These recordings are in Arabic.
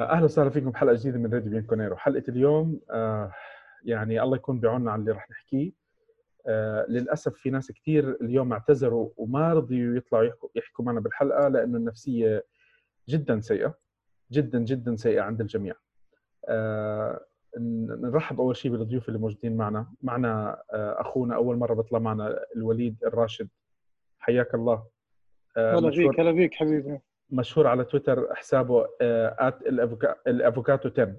أهلا وسهلا فيكم بحلقة جديدة من راديو بيانكونيرو. حلقة اليوم يعني الله يكون بعوننا على اللي رح نحكيه. للأسف في ناس كتير اليوم اعتذروا وما رضيوا يطلعوا يحكوا معنا بالحلقة لأنه النفسية جدا سيئة، جدا جدا سيئة عند الجميع. نرحب أول شيء بالضيوف اللي موجودين معنا أخونا أول مرة بيطلع معنا الوليد الراشد، حياك الله. هلا فيك حبيبي. مشهور على تويتر حسابه الافوكاتو 10.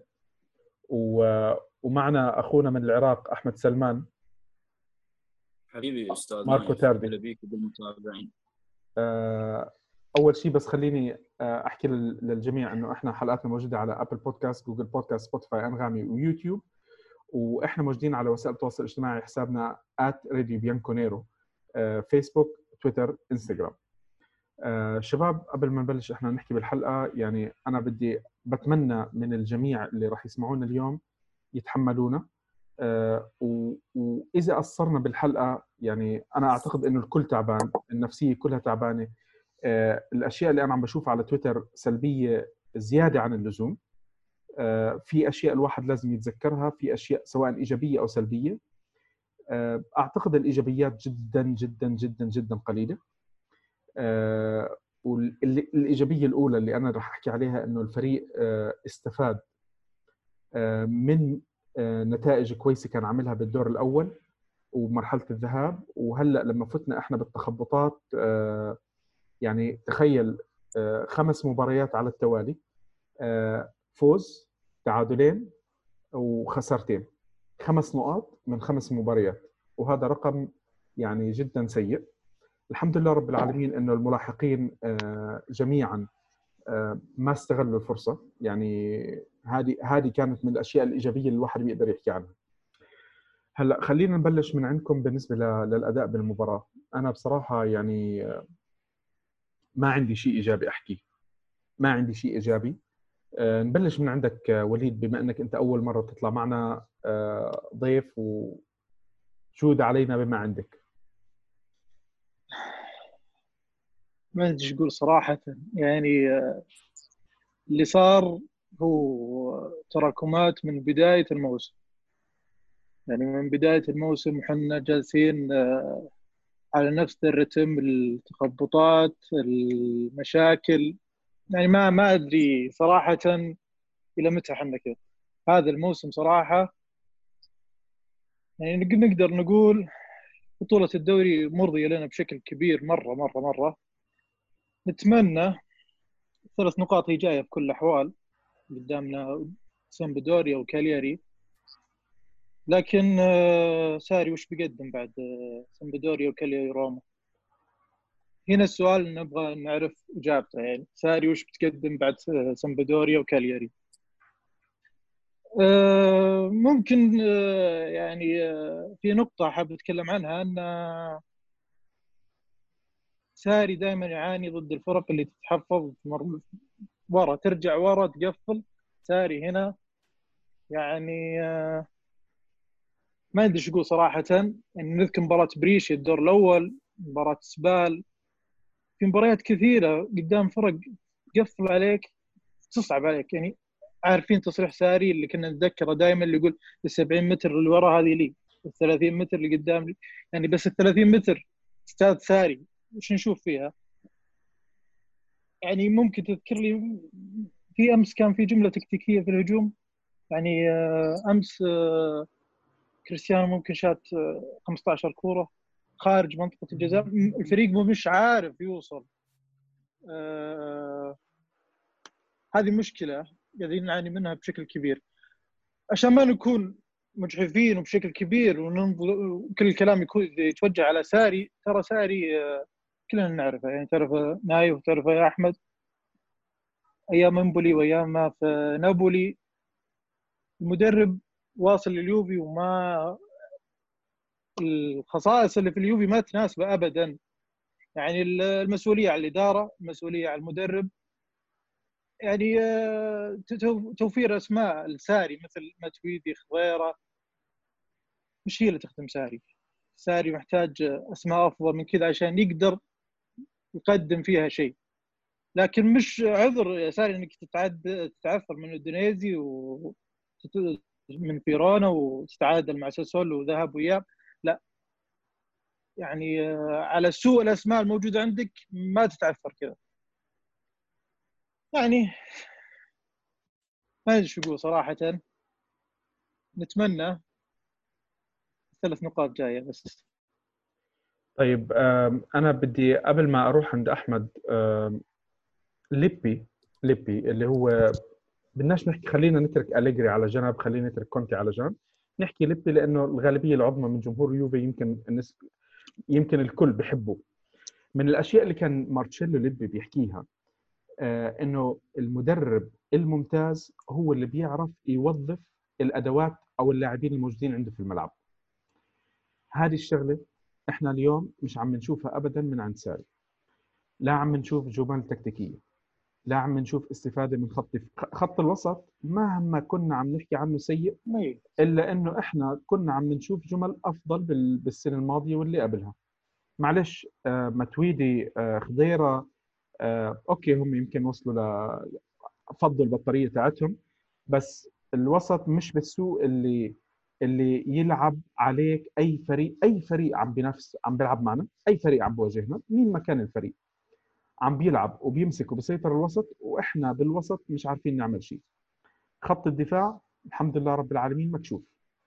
ومعنا اخونا من العراق احمد سلمان. حبيبي استاذ ماركو تاردي. اهلا بيك وبالمتابعين. اول شيء بس خليني احكي للجميع انه احنا حلقاتنا موجوده على ابل بودكاست، جوجل بودكاست، سبوتيفاي، انغامي ويوتيوب، واحنا موجودين على وسائل التواصل الاجتماعي حسابنا @radiobianconero، فيسبوك، تويتر، انستغرام. شباب، قبل ما نبلش احنا نحكي بالحلقة، يعني أنا بتمنى من الجميع اللي راح يسمعونا اليوم يتحملونا، وإذا قصرنا بالحلقة يعني أنا أعتقد إنه الكل تعبان، النفسية كلها تعبانة. الأشياء اللي أنا عم بشوفها على تويتر سلبية زيادة عن اللزوم. في أشياء الواحد لازم يتذكرها، في أشياء سواء إيجابية أو سلبية. أعتقد الإيجابيات جدا جدا جدا جدا قليلة. والإيجابية الأولى اللي أنا رح أحكي عليها إنه الفريق استفاد من نتائج كويسة كان عاملها بالدور الأول ومرحلة الذهاب، وهلأ لما فتنا إحنا بالتخبطات، يعني تخيل 5 مباريات على التوالي، فوز، تعادلين وخسارتين، 5 نقاط من 5 مباريات، وهذا رقم يعني جدا سيء. الحمد لله رب العالمين إنه الملاحقين جميعاً ما استغلوا الفرصة. يعني هذه كانت من الأشياء الإيجابية اللي الواحد بيقدر يحكي عنها. هلأ خلينا نبلش من عندكم بالنسبة للأداء بالمباراة. أنا بصراحة يعني ما عندي شيء إيجابي أحكي، ما عندي شيء إيجابي. نبلش من عندك وليد، بما أنك أنت أول مرة تطلع معنا ضيف، وجود علينا بما عندك. ما أدري أقول صراحة، يعني اللي صار هو تراكمات من بداية الموسم. يعني من بداية الموسم وحنا جالسين على نفس الرتم، التخبطات، المشاكل. يعني ما أدري صراحة إلى متى حنا كذا. هذا الموسم صراحة يعني نقدر نقول بطولة الدوري مرضية لنا بشكل كبير، مرة مرة مرة. نتمنى 3 نقاط هي جاية بكل الأحوال. قدامنا سامبدوريا وكالياري، لكن ساري وش بيقدم بعد سامبدوريا وكالياري روما؟ هنا السؤال نبغى نعرف إجابته. يعني ساري وش بتقدم بعد سامبدوريا وكالياري؟ ممكن يعني في نقطة حاب أتكلم عنها، أن ساري دائما يعاني ضد الفرق اللي تتحفظ ورا، ترجع ورا، تقفل. ساري هنا يعني ما ادري ايش اقول صراحه. يعني نذكر مباراه بريشي الدور الاول، مباراه سبال، في مباريات كثيره قدام فرق تقفل عليك، تصعب عليك. يعني عارفين تصريح ساري اللي كنا نتذكره دائما، اللي يقول ال70 متر اللي ورا هذه لي، ال30 متر اللي قدام لي. يعني بس ال30 متر استاذ ساري وش نشوف فيها؟ يعني ممكن تذكر لي في امس كان في جمله تكتيكيه في الهجوم. يعني امس كريستيانو ممكن شات 15 كوره خارج منطقه الجزاء، الفريق مش عارف يوصل. هذه مشكله قاعدين نعاني منها بشكل كبير. عشان ما نكون مجحفين وبشكل كبير وكل الكلام يكون يتوجه على ساري، ترى ساري كلنا نعرفه. يعني تعرفه نايف، تعرفه يا احمد، ايام امبولي وايام ما في نابولي. المدرب واصل لليوفي وما الخصائص اللي في اليوفي ما تناسبه ابدا. يعني المسؤوليه على الاداره، المسؤوليه على المدرب. يعني توفير اسماء لساري مثل ماتويدي، خضيره، مش هي اللي تخدم ساري. ساري محتاج اسماء افضل من كذا عشان يقدر يقدم فيها شيء. لكن مش عذر يا ساري انك تتعثر من اندونيسي من فيرانا وتتعادل مع ساسولو وذهب وإياب. لا يعني على سوء الاسماء الموجوده عندك ما تتعثر كذا. يعني ما ادري شو اقول صراحه. نتمنى 3 نقاط جايه بس. طيب انا بدي قبل ما اروح عند احمد ليبي اللي هو بدناش نحكي، خلينا نترك أليجري على جنب، خلينا نترك كونتي على جنب، نحكي ليبي لانه الغالبيه العظمى من جمهور يوفي يمكن الكل بحبه. من الاشياء اللي كان مارتشيلو ليبي بيحكيها انه المدرب الممتاز هو اللي بيعرف يوظف الادوات او اللاعبين الموجودين عنده في الملعب. هذه الشغله احنا اليوم مش عم نشوفها ابدا من عند ساري. لا عم نشوف جمل تكتيكيه، لا عم نشوف استفاده من خط الوسط. مهما كنا عم نحكي عنه سيء، الا انه احنا كنا عم نشوف جمل افضل بالسنه الماضيه واللي قبلها. معلش متويدي خضيره اوكي، هم يمكن وصلوا فضوا البطاريه تاعتهم، بس الوسط مش بالسوق اللي يلعب عليك. اي فريق عم بيلعب معنا، اي فريق عم بواجهنا مين ما كان الفريق عم بيلعب وبيمسك وبيسيطر الوسط، واحنا بالوسط مش عارفين نعمل شيء. خط الدفاع الحمد لله رب العالمين مكشوف.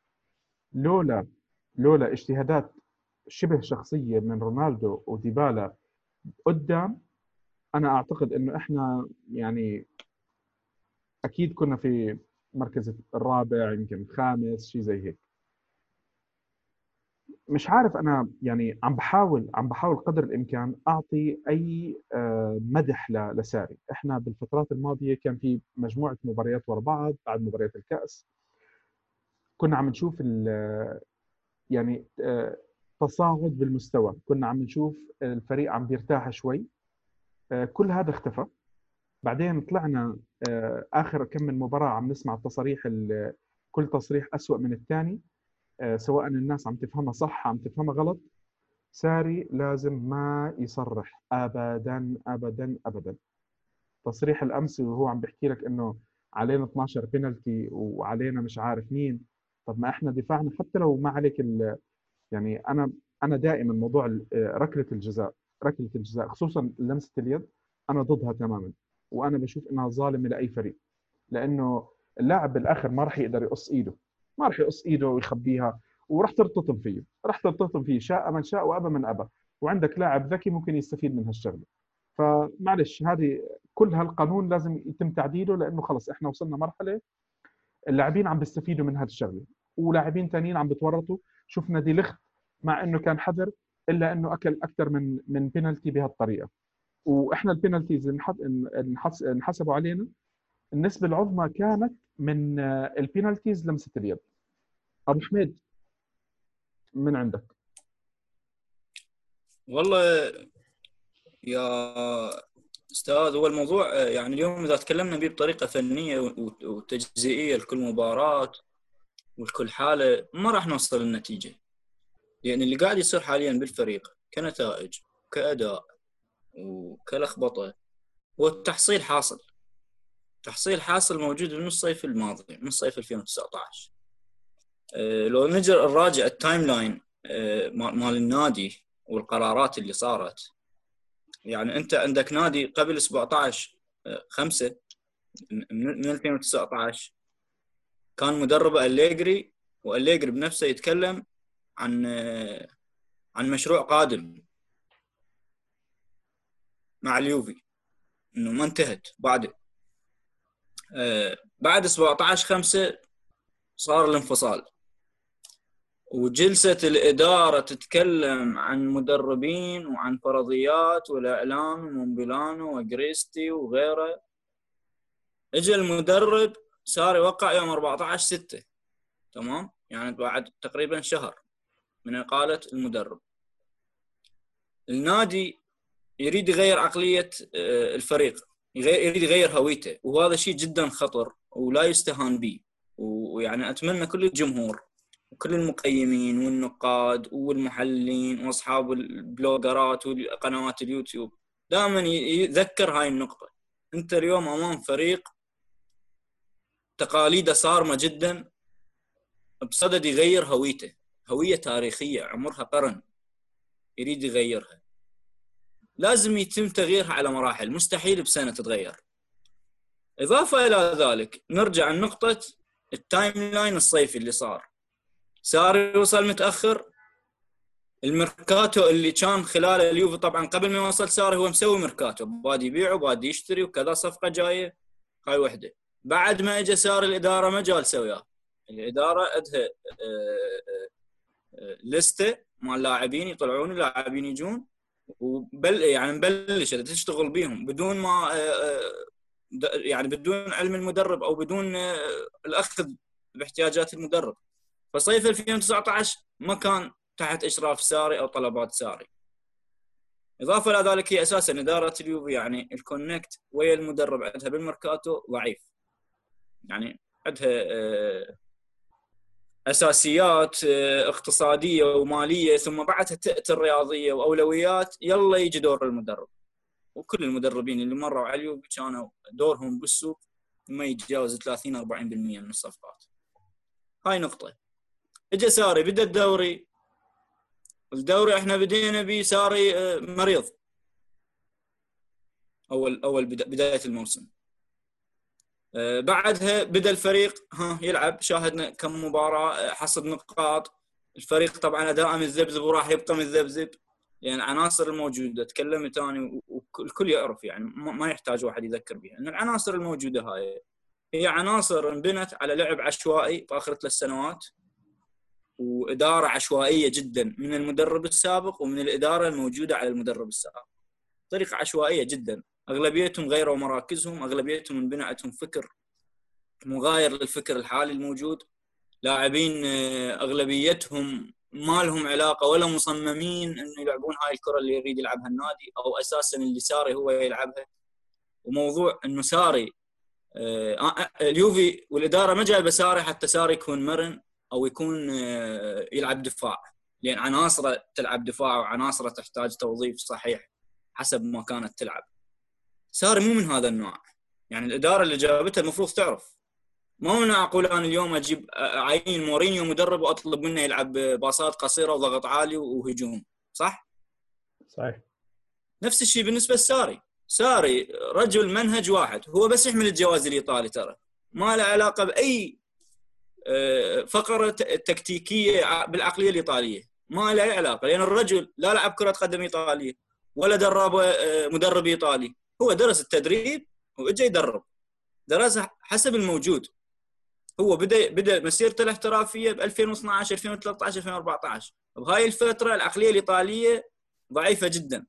لولا اجتهادات شبه شخصيه من رونالدو وديبالا قدام، انا اعتقد انه احنا يعني اكيد كنا في مركز الرابع يمكن الخامس شيء زي هيك. مش عارف، انا يعني عم بحاول قدر الامكان اعطي اي مدح لساري. احنا بالفترات الماضيه كان في مجموعه مباريات ورا بعض بعد مباريات الكاس كنا عم نشوف يعني تصاعد بالمستوى، كنا عم نشوف الفريق عم بيرتاح شوي. كل هذا اختفى. بعدين طلعنا اخر كم من مباراه عم نسمع التصاريح، كل تصريح أسوأ من الثاني، سواء الناس عم تفهمها صح عم تفهمها غلط. ساري لازم ما يصرح ابدا ابدا ابدا. تصريح الامس وهو عم بيحكي لك انه علينا 12 بينالتي وعلينا مش عارف مين. طب ما احنا دفاعنا حتى لو ما عليك يعني انا دائما موضوع ركله الجزاء خصوصا لمسه اليد انا ضدها تماما، وانا بشوف انها ظالمه لاي فريق. لانه اللاعب بالاخر ما راح يقدر يقص ايده، ما راح يقص ايده ويخبيها، وراح ترتطم فيه شاء من شاء وابى من ابى. وعندك لاعب ذكي ممكن يستفيد من هالشغله. فمعلش هذه كل هالقانون لازم يتم تعديله، لانه خلص احنا وصلنا مرحله اللاعبين عم بيستفيدوا من هذه الشغله، ولاعبين ثانيين عم بتورطوا. شفنا دي لخت مع انه كان حذر، الا انه اكل اكثر من بينالتي بهالطريقه. واحنا البينالتيز اللي انحسبوا علينا النسبه العظمى كانت من البينالتيز لمسه اليد. ابو حميد من عندك؟ والله يا استاذ، هو الموضوع يعني اليوم اذا تكلمنا به بطريقه فنيه وتجزئيه لكل مباراه ولكل حاله ما راح نوصل للنتيجه. يعني اللي قاعد يصير حاليا بالفريق كنتائج كاداء وكلخبطه هو تحصيل حاصل موجود من الصيف الماضي، من صيف 2019. لو نجي نراجع التايم لاين مال النادي والقرارات اللي صارت، يعني انت عندك نادي قبل 17/5 من 2019 كان مدربه أليجري، وأليجري بنفسه يتكلم عن مشروع قادم مع اليوفي انه ما انتهت بعد 17/5 صار الانفصال، وجلسة الإدارة تتكلم عن مدربين وعن فرضيات والإعلام ومونبيلانو وغريستي وغيره. اجى المدرب صار يوقع يوم 14/6، تمام، يعني بعد تقريبا شهر من إقالة المدرب. النادي يريد يغير عقلية الفريق، يريد يغير هويته، وهذا شيء جدا خطر ولا يستهان به. ويعني أتمنى كل الجمهور وكل المقيمين والنقاد والمحللين واصحاب البلوجرات والقنوات اليوتيوب دائما يذكر هاي النقطة، انت اليوم امام فريق تقاليده صارمه جدا، بصدد يغير هويته، هويه تاريخيه عمرها قرن يريد يغيرها. لازم يتم تغييرها على مراحل، مستحيل بسنه تتغير. اضافه الى ذلك نرجع لنقطه التايم لاين الصيفي اللي صار يوصل متاخر. الميركاتو اللي كان خلال اليوفي، طبعا قبل ما يوصل ساري هو مسوي ميركاتو، بادي يبيع وبادي يشتري وكذا، صفقه جايه هاي وحده. بعد ما اجى ساري الاداره ما جالس وياه، الاداره عندها لسته مال لاعبين يطلعون، لاعبين يجون، يعني مبلشه تشتغل بيهم بدون ما يعني بدون علم المدرب او بدون الاخذ باحتياجات المدرب. فصيف 2019 ما كان تحت اشراف ساري او طلبات ساري. اضافه الى ذلك هي اساسا اداره اليوفي يعني الكونكت ويا المدرب عندها بالميركاتو ضعيف، يعني عندها اساسيات اقتصاديه وماليه، ثم بعدها تاتي الرياضيه واولويات، يلا يجي دور المدرب. وكل المدربين اللي مروا على اليوفي كانوا دورهم بالسوق ما يتجاوز 30-40% من الصفقات. هاي نقطه. اجى ساري بدا الدوري احنا بدينا به ساري مريض اول بدايه الموسم. بعدها بدا الفريق يلعب، شاهدنا كم مباراه، حصد نقاط. الفريق طبعا اداء متذبذب وراح يبقى متذبذب لان يعني العناصر الموجوده، تكلمت انا والكل يعرف، يعني ما يحتاج واحد يذكر بها ان العناصر الموجوده هي عناصر انبنت على لعب عشوائي في اخر 3 سنوات، واداره عشوائيه جدا من المدرب السابق ومن الاداره الموجوده على المدرب السابق. طريقه عشوائيه جدا، اغلبيتهم غيروا مراكزهم، اغلبيتهم انبنى عندهم فكر مغاير للفكر الحالي الموجود. لاعبين اغلبيتهم ما لهم علاقه ولا مصممين انه يلعبون هاي الكره اللي يريد يلعبها النادي، او اساسا اللي ساري هو يلعبها. وموضوع انه ساري اليوفي والاداره ما جايبه ساري حتى ساري يكون مرن او يكون يلعب دفاع، لان عناصره تلعب دفاع وعناصره تحتاج توظيف صحيح حسب ما كانت تلعب. ساري مو من هذا النوع، يعني الاداره اللي جابتها المفروض تعرف. ما من معقول انا اليوم اجيب اعين مورينيو مدرب واطلب منه يلعب باصات قصيره وضغط عالي وهجوم، صح؟ صحيح. نفس الشيء بالنسبه لساري. ساري رجل منهج واحد، هو بس يحمل الجواز الايطالي، ترى ما له علاقه باي فقره تكتيكيه بالعقليه الايطاليه، ما له علاقه، لان الرجل لا لعب كره قدم ايطاليه ولا درب مدرب ايطالي، هو درس التدريب واجى يدرب، درسها حسب الموجود. هو بدا مسيرته الاحترافيه ب 2012 2013 2014. بهاي الفتره العقليه الايطاليه ضعيفه جدا،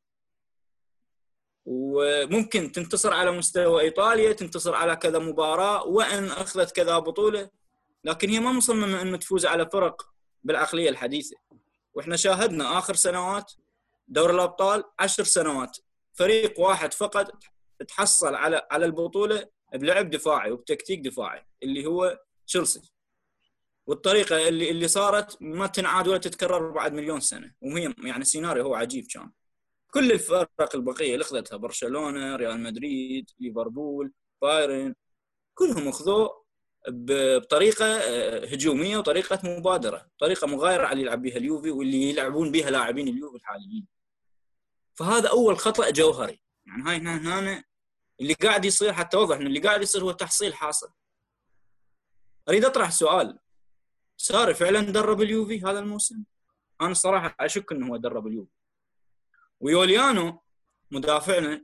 وممكن تنتصر على مستوى ايطاليا، تنتصر على كذا مباراه وان اخذت كذا بطوله، لكن هي ما مصممه انه تفوز على فرق بالعقليه الحديثه. واحنا شاهدنا اخر سنوات دوري الابطال 10 سنوات فريق واحد فقط تحصل على البطوله بلعب دفاعي وبتكتيك دفاعي اللي هو تشيلسي، والطريقه اللي صارت ما تنعاد ولا تتكرر بعد مليون سنه، وهي يعني سيناريو هو عجيب. كان كل الفرق البقيه اللي اخذتها برشلونه، ريال مدريد، ليفربول، بايرن، كلهم اخذوه بطريقه هجوميه وطريقه مبادره، طريقه مغايره على اللي يلعب بها اليوفي واللي يلعبون بها لاعبين اليوفي الحاليين. فهذا اول خطا جوهري. يعني هاي هنا اللي قاعد يصير، حتى اوضح ان اللي قاعد يصير هو تحصيل حاصل. اريد اطرح سؤال، ساري فعلا درب اليوفي هذا الموسم؟ انا الصراحه اشك انه هو درب اليوفي. ويوليانو مدافعنا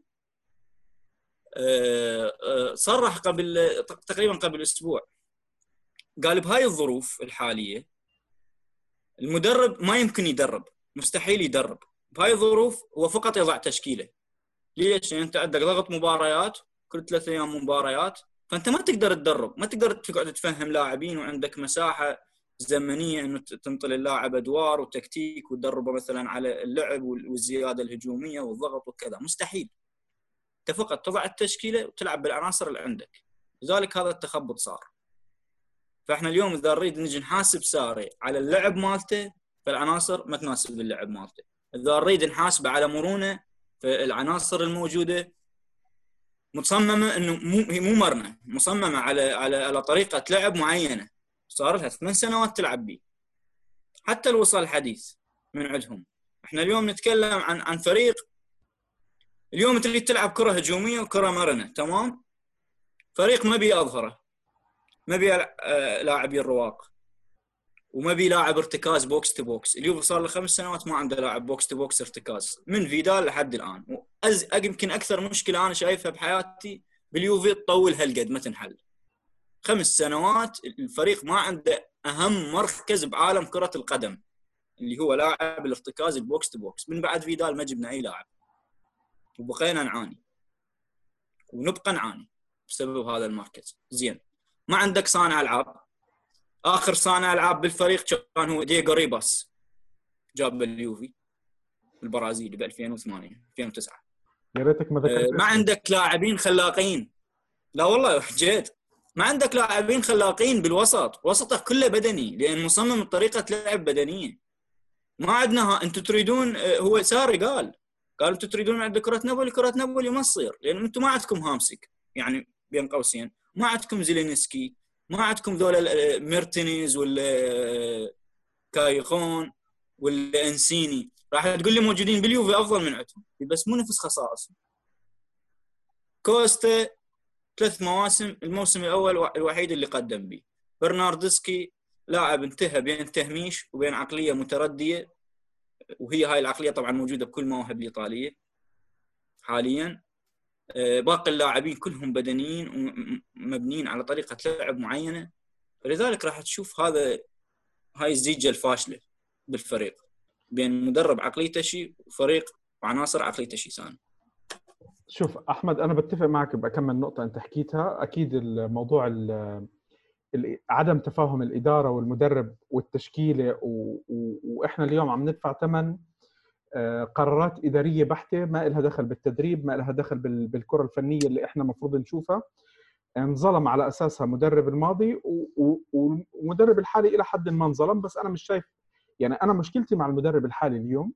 صرح تقريبا قبل اسبوع، قال بهاي الظروف الحاليه المدرب ما يمكن يدرب، مستحيل يدرب بهاي الظروف، هو فقط يضع تشكيله. ليش؟ يعني انت عندك ضغط مباريات، كل 3 ايام مباريات، فانت ما تقدر تدرب، ما تقدر تقعد تفهم لاعبين وعندك مساحه زمنيه انه تنطي اللاعب ادوار وتكتيك وتدربه مثلا على اللعب والزياده الهجوميه والضغط وكذا، مستحيل. انت فقط تضع التشكيله وتلعب بالعناصر اللي عندك، لذلك هذا التخبط صار. فاحنا اليوم اذا نريد نجي نحاسب ساري على اللعب مالته، فالعناصر ما تناسب اللعب مالته. اذا نريد نحاسبه على مرونه، فالعناصر الموجوده مصممه انه هي مو مرنه، مصممه على طريقه لعب معينه صار لها 8 سنوات تلعب به. حتى الوصال الحديث من عندهم. احنا اليوم نتكلم عن فريق اليوم تريد تلعب كره هجوميه وكره مرنه، تمام؟ فريق ما بي اظهره، ما بي لاعبين رواق، وما بي لاعب ارتكاز بوكس تو بوكس. اليوفي صار له 5 سنوات ما عنده لاعب بوكس تو بوكس ارتكاز من فيدال لحد الان. يمكن اكثر مشكله انا شايفها بحياتي باليوفي تطول هالقد ما تنحل. 5 سنوات الفريق ما عنده اهم مركز بعالم كره القدم اللي هو لاعب الارتكاز البوكس تو بوكس. من بعد فيدال ما جبنا اي لاعب، وبقينا نعاني ونبقى نعاني بسبب هذا المركز. زين، ما عندك صانع العاب. اخر صانع العاب بالفريق كان هو دييغو ريباس، جاب اليوفي البرازيلي ب 2008 2009. يا ريتك ما ذكرت. ما عندك لاعبين خلاقين، لا والله جد ما عندك لاعبين خلاقين بالوسط. وسطك كله بدني لان مصمم طريقه لعب بدنيه. ما عندنا انتم تريدون، هو ساري قال انتم تريدون عند كره نابولي ما تصير، لان انتم ما عندكم هامسك يعني بين قوسين، ما عندكم زيلينسكي، ما عندكم ذولا ميرتينيز ولا كايخون ولا انسيني. راح تقول لي موجودين باليوفي افضل من عندهم بس مو نفس خصائصهم. كوستا 3 مواسم، الموسم الاول الوحيد اللي قدم به. برناردسكي لاعب انتهى بين تهميش وبين عقليه مترديه، وهي هاي العقليه طبعا موجوده بكل مواهب الايطاليه حاليا. باقي اللاعبين كلهم بدنيين ومبنيين على طريقه لعب معينه، فلذلك راح تشوف هاي الزيجه الفاشله بالفريق بين مدرب عقليته شيء وفريق وعناصر عقليته شيء ثاني. شوف أحمد، أنا بتفق معك بأكمل نقطة أنت حكيتها. أكيد الموضوع عدم تفاهم الإدارة والمدرب والتشكيلة، وإحنا اليوم عم ندفع ثمن قرارات إدارية بحتة ما إلها دخل بالتدريب، ما إلها دخل بالكرة الفنية اللي إحنا مفروض نشوفها. انظلم على أساسها مدرب الماضي، ومدرب الحالي إلى حد ما انظلم. بس أنا مش شايف، يعني أنا مشكلتي مع المدرب الحالي اليوم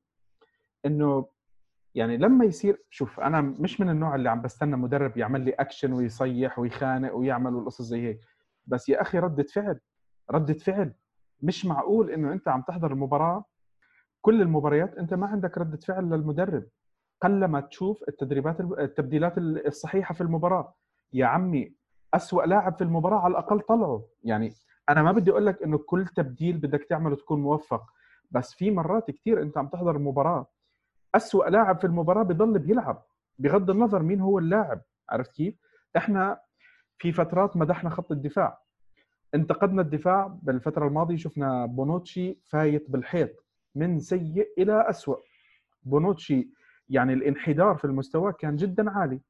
إنه يعني لما يصير، شوف أنا مش من النوع اللي عم بستنى مدرب يعمل لي أكشن ويصيح ويخانق ويعمل والقصص زي هيك. بس يا أخي ردة فعل. مش معقول إنه أنت عم تحضر المباراة، كل المباريات أنت ما عندك ردة فعل للمدرب. قلما تشوف التبديلات الصحيحة في المباراة. يا عمي أسوأ لاعب في المباراة على الأقل طلعه. يعني أنا ما بدي أقول لك إنه كل تبديل بدك تعمله تكون موفق، بس في مرات كتير أنت عم تحضر المباراة أسوأ لاعب في المباراة بيضل بيلعب بغض النظر مين هو اللاعب. عرفت كيف؟ إحنا في فترات مدحنا خط الدفاع، انتقدنا الدفاع بالفترة الماضية. شفنا بونوتشي فايت بالحيط من سيء إلى أسوأ. بونوتشي يعني الانحدار في المستوى كان جدا عالي.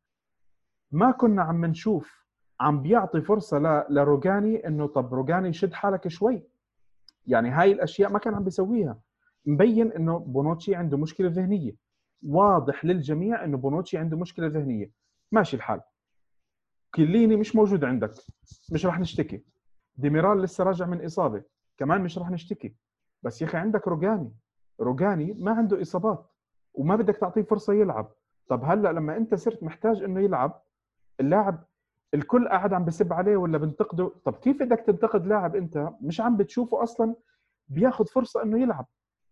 ما كنا عم نشوف عم بيعطي فرصة لروجاني إنه طب روجاني شد حالك شوي. يعني هاي الأشياء ما كان عم بيسويها. مبين إنه بونوتشي عنده مشكلة ذهنية، واضح للجميع إنه بونوتشي عنده مشكلة ذهنية. ماشي الحال. كليني مش موجود عندك، مش راح نشتكي. ديميرال لسه راجع من إصابة، كمان مش راح نشتكي. بس يا أخي عندك روجاني ما عنده إصابات وما بدك تعطيه فرصة يلعب. طب هلأ لما أنت صرت محتاج إنه يلعب اللاعب، الكل قاعد عم بسب عليه ولا بنتقده. طب كيف بدك تنتقد لاعب أنت مش عم بتشوفه أصلاً بياخد فرصة إنه يلعب؟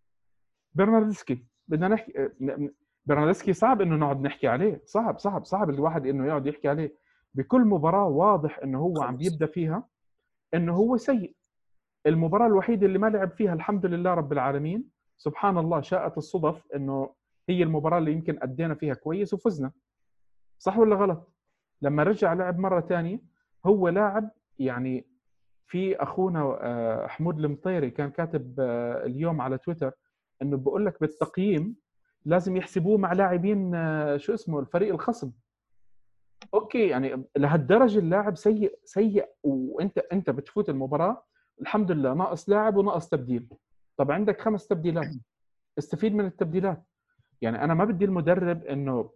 برناردسكي بدنا نحكي. برناردسكي صعب إنه نقعد نحكي عليه، صعب الواحد إنه يقعد يحكي عليه. بكل مباراة واضح إنه هو عم بيبدأ فيها إنه هو سيء. المباراة الوحيدة اللي ما لعب فيها الحمد لله رب العالمين، سبحان الله شاءت الصدف إنه هي المباراة اللي يمكن أدينا فيها كويس وفزنا. صح ولا غلط؟ لما رجع لعب مرة تانية هو لاعب. يعني في أخونا حمود المطيري كان كاتب اليوم على تويتر إنه بقول لك بالتقييم لازم يحسبوه مع لاعبين شو اسمه الفريق الخصم. اوكي، يعني لهالدرجه اللاعب سيء وانت بتفوت المباراه الحمد لله ناقص لاعب وناقص تبديل. طب عندك 5 تبديلات، استفيد من التبديلات. يعني انا ما بدي المدرب انه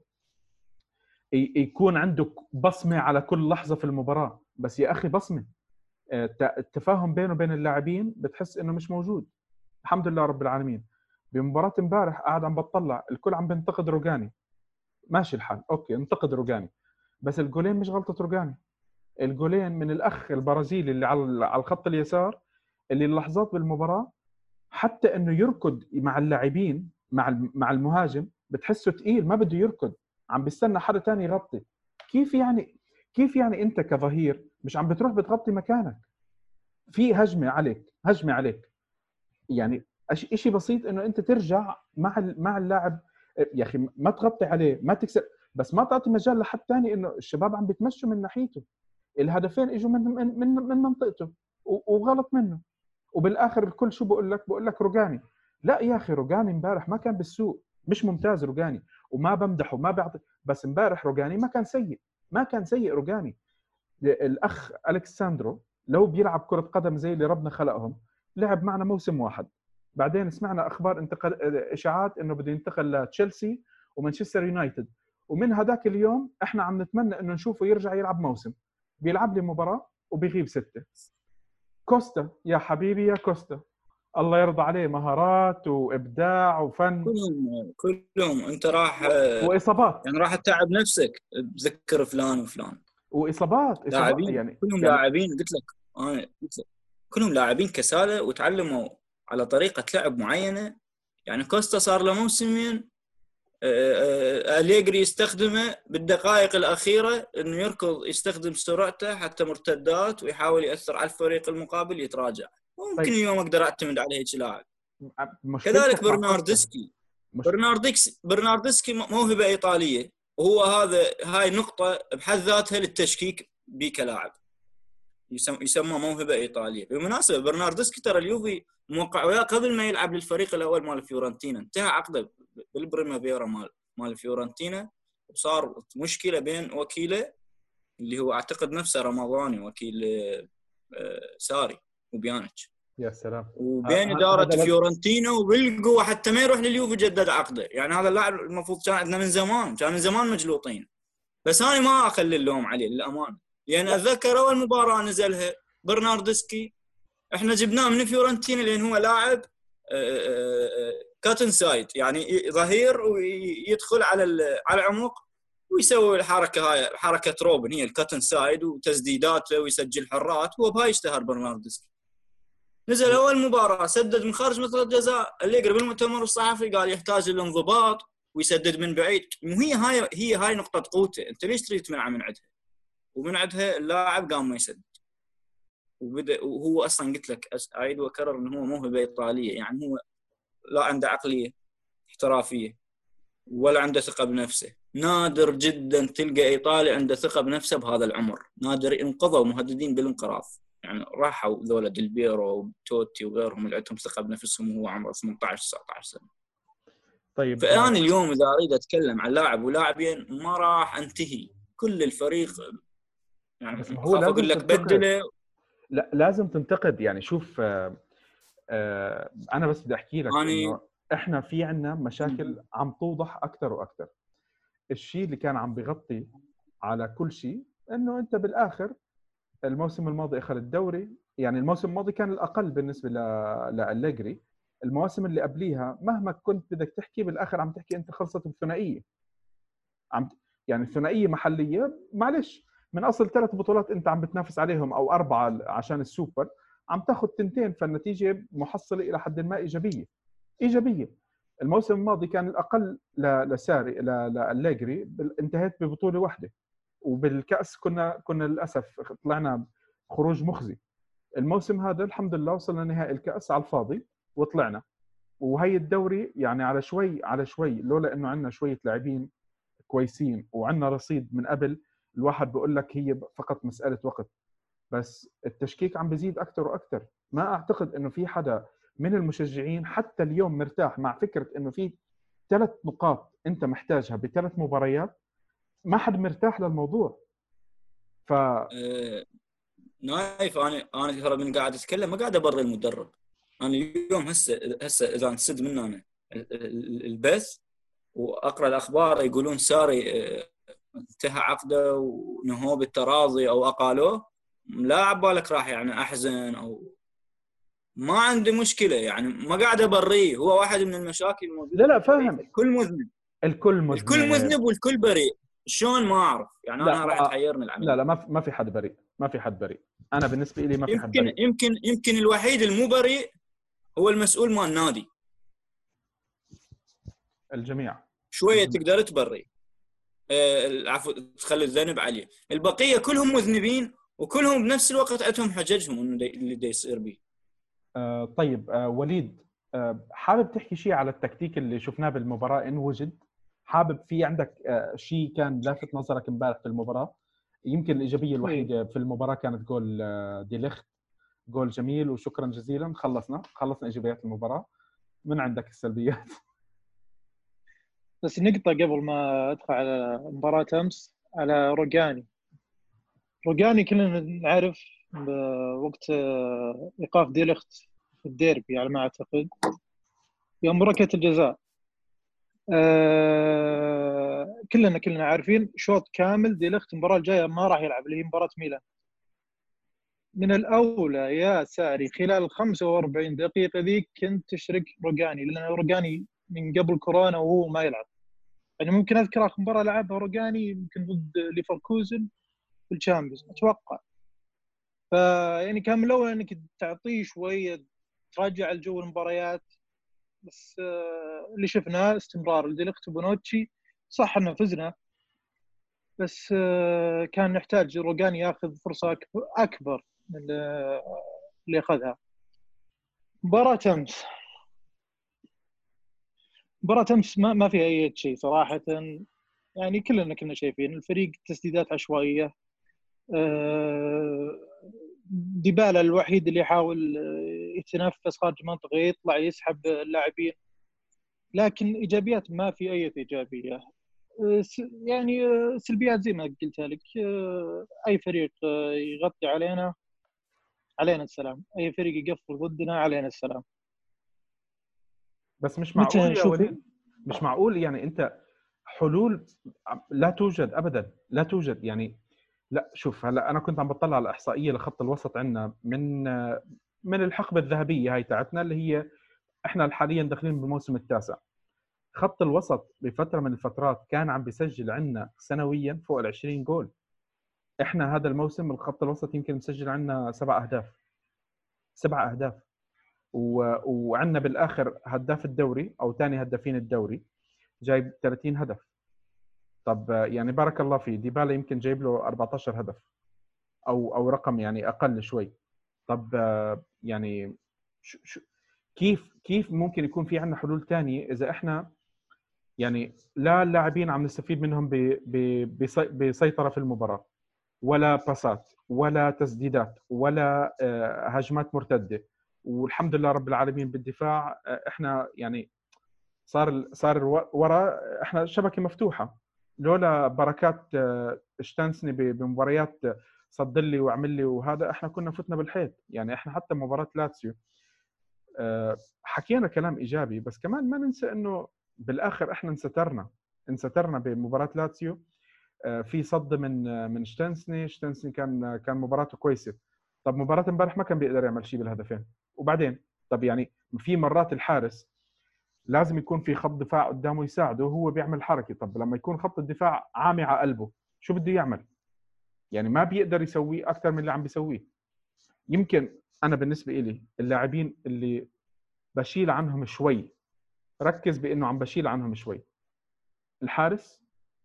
يكون عنده بصمه على كل لحظه في المباراه، بس يا اخي بصمه. التفاهم بينه وبين اللاعبين بتحس انه مش موجود. الحمد لله رب العالمين. بمباراه امبارح قاعد عم بطلع الكل عم بينتقد روجاني. ماشي الحال، اوكي انتقد روجاني، بس الجولين مش غلطه روجاني، الجولين من الاخ البرازيلي اللي على الخط اليسار، اللي اللحظات بالمباراه حتى انه يركض مع اللاعبين مع المهاجم بتحسه ثقيل، ما بده يركض، عم بيستنى حدا تاني يغطي. كيف يعني انت كظهير مش عم بتروح بتغطي مكانك؟ في هجمه عليك يعني شيء بسيط انه انت ترجع مع اللاعب يا اخي، ما تغطي عليه، ما تكسر، بس ما تعطي مجال لحد ثاني، انه الشباب عم بيتمشوا من ناحيته، الهدفين اجوا من منطقته وغلط منه. وبالاخر الكل شو بقول لك روجاني. لا يا اخي، روجاني امبارح ما كان بالسوق، مش ممتاز روجاني، وما بمدحه ما بعطي، بس امبارح روجاني ما كان سيء روجاني. الاخ الكساندرو لو بيلعب كرة قدم زي اللي ربنا خلقهم، لعب معنا موسم واحد، بعدين سمعنا اخبار اشاعات انه بده ينتقل لتشيلسي ومانشستر يونايتد، ومن هذاك اليوم احنا عم نتمنى انه نشوفه يرجع يلعب موسم، بيلعب لي مباراة وبيغيب 6. كوستا يا حبيبي، يا كوستا الله يرضى عليه، مهارات وابداع وفن، كلهم انت راح واصابات، يعني راح تتعب نفسك تذكر فلان وفلان، واصابات لاعبين يعني كلهم يعني لاعبين، انا قلت لك كلهم لاعبين كسالة وتعلموا على طريقة لعب معينة. يعني كوستا صار له موسمين أليجري يستخدمه بالدقائق الأخيرة، إنه يركض يستخدم سرعته حتى مرتدات ويحاول يأثر على الفريق المقابل يتراجع. ممكن طيب. اليوم أقدر أعتمد عليه هيك لاعب. مشكلتك كذلك برناردسكي موهبة إيطالية، وهو هاي نقطة بحد ذاتها للتشكيك بي كلاعب، يسمى موهبة إيطالية. بالمناسبة برناردسكي ترى اليوفي موقع وياه قبل ما يلعب للفريق الأول مال فيورنتينا، انتهى عقده بالبريمافيرا مال فيورنتينا، وصار مشكلة بين وكيله اللي هو أعتقد نفسه رمضاني، وكيل ساري وبيانيتش، يا سلام، وبين إدارة فيورنتينا وبالقوة حتى ما يروح لليوفي جدد عقده. يعني هذا اللاعب المفروض كان عندنا من زمان مجلوطين، بس أنا ما أخلي اللوم عليه للأمانة، لأن أتذكر أول مباراة نزلها برناردسكي احنا جبناه من فيورنتينا لأن هو لاعب كاتن سايد، يعني ظهير ويدخل على العمق ويسوي الحركة هاي، حركة روبن، هي الكاتن سايد وتسديداته ويسجل حرات، هو بهاي اشتهر برناردسكي. نزل أول مباراة سدد من خارج منطقة الجزاء، اللي يقرب المؤتمر الصحفي قال يحتاج الانضباط ويسدد من بعيد. هي هاي نقطة قوته، انت ليش تريد تمنعه من عندها؟ ومن عندها اللاعب قام ما يسدد، وهو اصلا قلت لك اعيد واكرر انه هو موهبه ايطاليه، يعني هو لا عنده عقليه احترافيه ولا عنده ثقه بنفسه. نادر جدا تلقى ايطالي عنده ثقه بنفسه بهذا العمر، نادر، انقضوا مهددين بالانقراض، يعني راحوا ذولا ديلبيرو وتوتي وغيرهم اللي عندهم ثقه بنفسهم وهو عمره 18 19 سنه. طيب، فانا اليوم اذا اريد اتكلم عن لاعب ولاعبين ما راح انتهي، كل الفريق يعني بس هو خاف اقول لك بدله. لا لازم تنتقد، يعني شوف، انا بس بدي احكي لك انه احنا في عنا مشاكل عم توضح اكثر واكثر. الشيء اللي كان عم بيغطي على كل شيء انه انت بالاخر الموسم الماضي اخذ الدوري، يعني الموسم الماضي كان الاقل بالنسبه لأليجري. المواسم اللي قبليها مهما كنت بدك تحكي بالاخر عم تحكي انت خلصت الثنائيه، يعني الثنائيه محليه، معلش، من اصل 3 بطولات انت عم بتنافس عليهم او 4 عشان السوبر، عم تاخذ 2، فالنتيجه محصله الى حد ما ايجابيه. الموسم الماضي كان الاقل لساري لأليجري، انتهت ببطوله واحده، وبالكاس كنا للاسف طلعنا خروج مخزي. الموسم هذا الحمد لله وصلنا نهائي الكاس على الفاضي وطلعنا، وهي الدوري يعني على شوي لولا انه عندنا شويه لاعبين كويسين وعندنا رصيد من قبل، الواحد بقول لك هي فقط مساله وقت. بس التشكيك عم بيزيد اكثر واكثر. ما اعتقد انه في حدا من المشجعين حتى اليوم مرتاح مع فكره انه في 3 نقاط انت محتاجها ب3 مباريات، ما حد مرتاح للموضوع. ف نايف، انا ترى من قاعد اتكلم ما قاعد ابرر المدرب. انا اليوم هسه اذا نسد منه انا البث واقرا الاخبار يقولون ساري انتهى عقده ونهوه بالتراضي او اقالوه، لا عبالك راح يعني احزن او ما عندي مشكله، يعني ما قاعد ابريه، هو واحد من المشاكل الموجوده. لا فاهم، الكل مذنب الكل مذنب والكل بريء. شلون ما اعرف يعني، انا راح تحيرني العمليه. لا ما في حد بريء، ما في حد بريء. انا بالنسبه لي ما في حد بريء. يمكن الوحيد المو بريء هو المسؤول مال النادي. الجميع شويه تقدر تبري، العفو، تخلي الذنب عليه. البقيه كلهم مذنبين، وكلهم بنفس الوقت عندهم حججهم انه اللي دا يصير به. طيب وليد، حابب تحكي شيء على التكتيك اللي شفناه بالمباراه ان وجد؟ حابب في عندك شيء كان لافت نظرك امبارح في المباراه؟ يمكن الايجابيه الوحيده في المباراه كانت جول دي ليخت، جول جميل وشكرا جزيلا. خلصنا ايجابيات المباراه، من عندك السلبيات؟ بس نقطة قبل ما أدخل على مباراة أمس، على روجاني كلنا نعرف بوقت إيقاف ديليخت في الديربي على ما أعتقد، يوم ركلة الجزاء، كلنا عارفين شوط كامل ديليخت المباراة الجاية ما راح يلعب، اللي هي مباراة ميلان. من الأولى يا ساري خلال 45 دقيقة ذيك كنت تشرك روجاني، لأن روجاني من قبل كورونا وهو ما يلعب. يعني ممكن اذكر اخر مباراه لعبها روجاني يمكن ضد ليفركوزن في الشامبيونز اتوقع. فيعني كان من الاول انك تعطيه شويه ترجع الجو المباريات، بس اللي شفناه استمرار لديليخت وبونوتشي. صح انه فزنا، بس كان نحتاج روجاني ياخذ فرصه اكبر من اللي اخذها. مباراه امس ما فيها اي شيء صراحه. يعني كلنا كنا شايفين الفريق تسديدات عشوائيه. ديبالا الوحيد اللي يحاول يتنفس خارج المنطقه، يطلع يسحب اللاعبين، لكن ايجابيات ما في اي ايجابيه. يعني سلبيات زي ما قلت لك، اي فريق يغطي علينا السلام، اي فريق يقفل ضدنا علينا السلام. بس مش معقول يا وليد، مش معقول. يعني انت حلول لا توجد ابدا، لا توجد. يعني لا، شوف هلا انا كنت عم بطلع على الاحصائيه لخط الوسط عندنا من الحقبه الذهبيه هاي تاعتنا، اللي هي احنا حاليا داخلين بالموسم التاسع. خط الوسط بفتره من الفترات كان عم بيسجل عندنا سنويا فوق ال 20 جول. احنا هذا الموسم الخط الوسط يمكن مسجل عندنا 7 اهداف، وعندنا بالاخر هداف الدوري او ثاني هدافين الدوري جايب 30 هدف. طب يعني بارك الله فيه، ديبالا يمكن جايب له 14 هدف او رقم يعني اقل شوي. طب يعني كيف ممكن يكون في عندنا حلول ثانيه اذا احنا يعني لا اللاعبين عم نستفيد منهم بسيطره في المباراه، ولا باسات ولا تسديدات ولا هجمات مرتده، والحمد لله رب العالمين بالدفاع احنا يعني صار ورا احنا شبكه مفتوحه. لولا بركات شتانسني بمباريات صد لي وعمل لي وهذا احنا كنا فتنا بالحيط. يعني احنا حتى مباراه لاتسيو حكينا كلام ايجابي، بس كمان ما ننسى انه بالاخر احنا انسترنا بمباراه لاتسيو. في صد من شتانسني كان مباراته كويسه. طب مباراه امبارح ما كان بيقدر يعمل شيء بالهدفين. وبعدين طب يعني في مرات الحارس لازم يكون في خط دفاع قدامه يساعده وهو بيعمل حركه. طب لما يكون خط الدفاع عامي على قلبه شو بده يعمل؟ يعني ما بيقدر يسويه اكثر من اللي عم بيسويه. يمكن انا بالنسبه لي اللاعبين اللي بشيل عنهم شوي، ركز بانه عم بشيل عنهم شوي. الحارس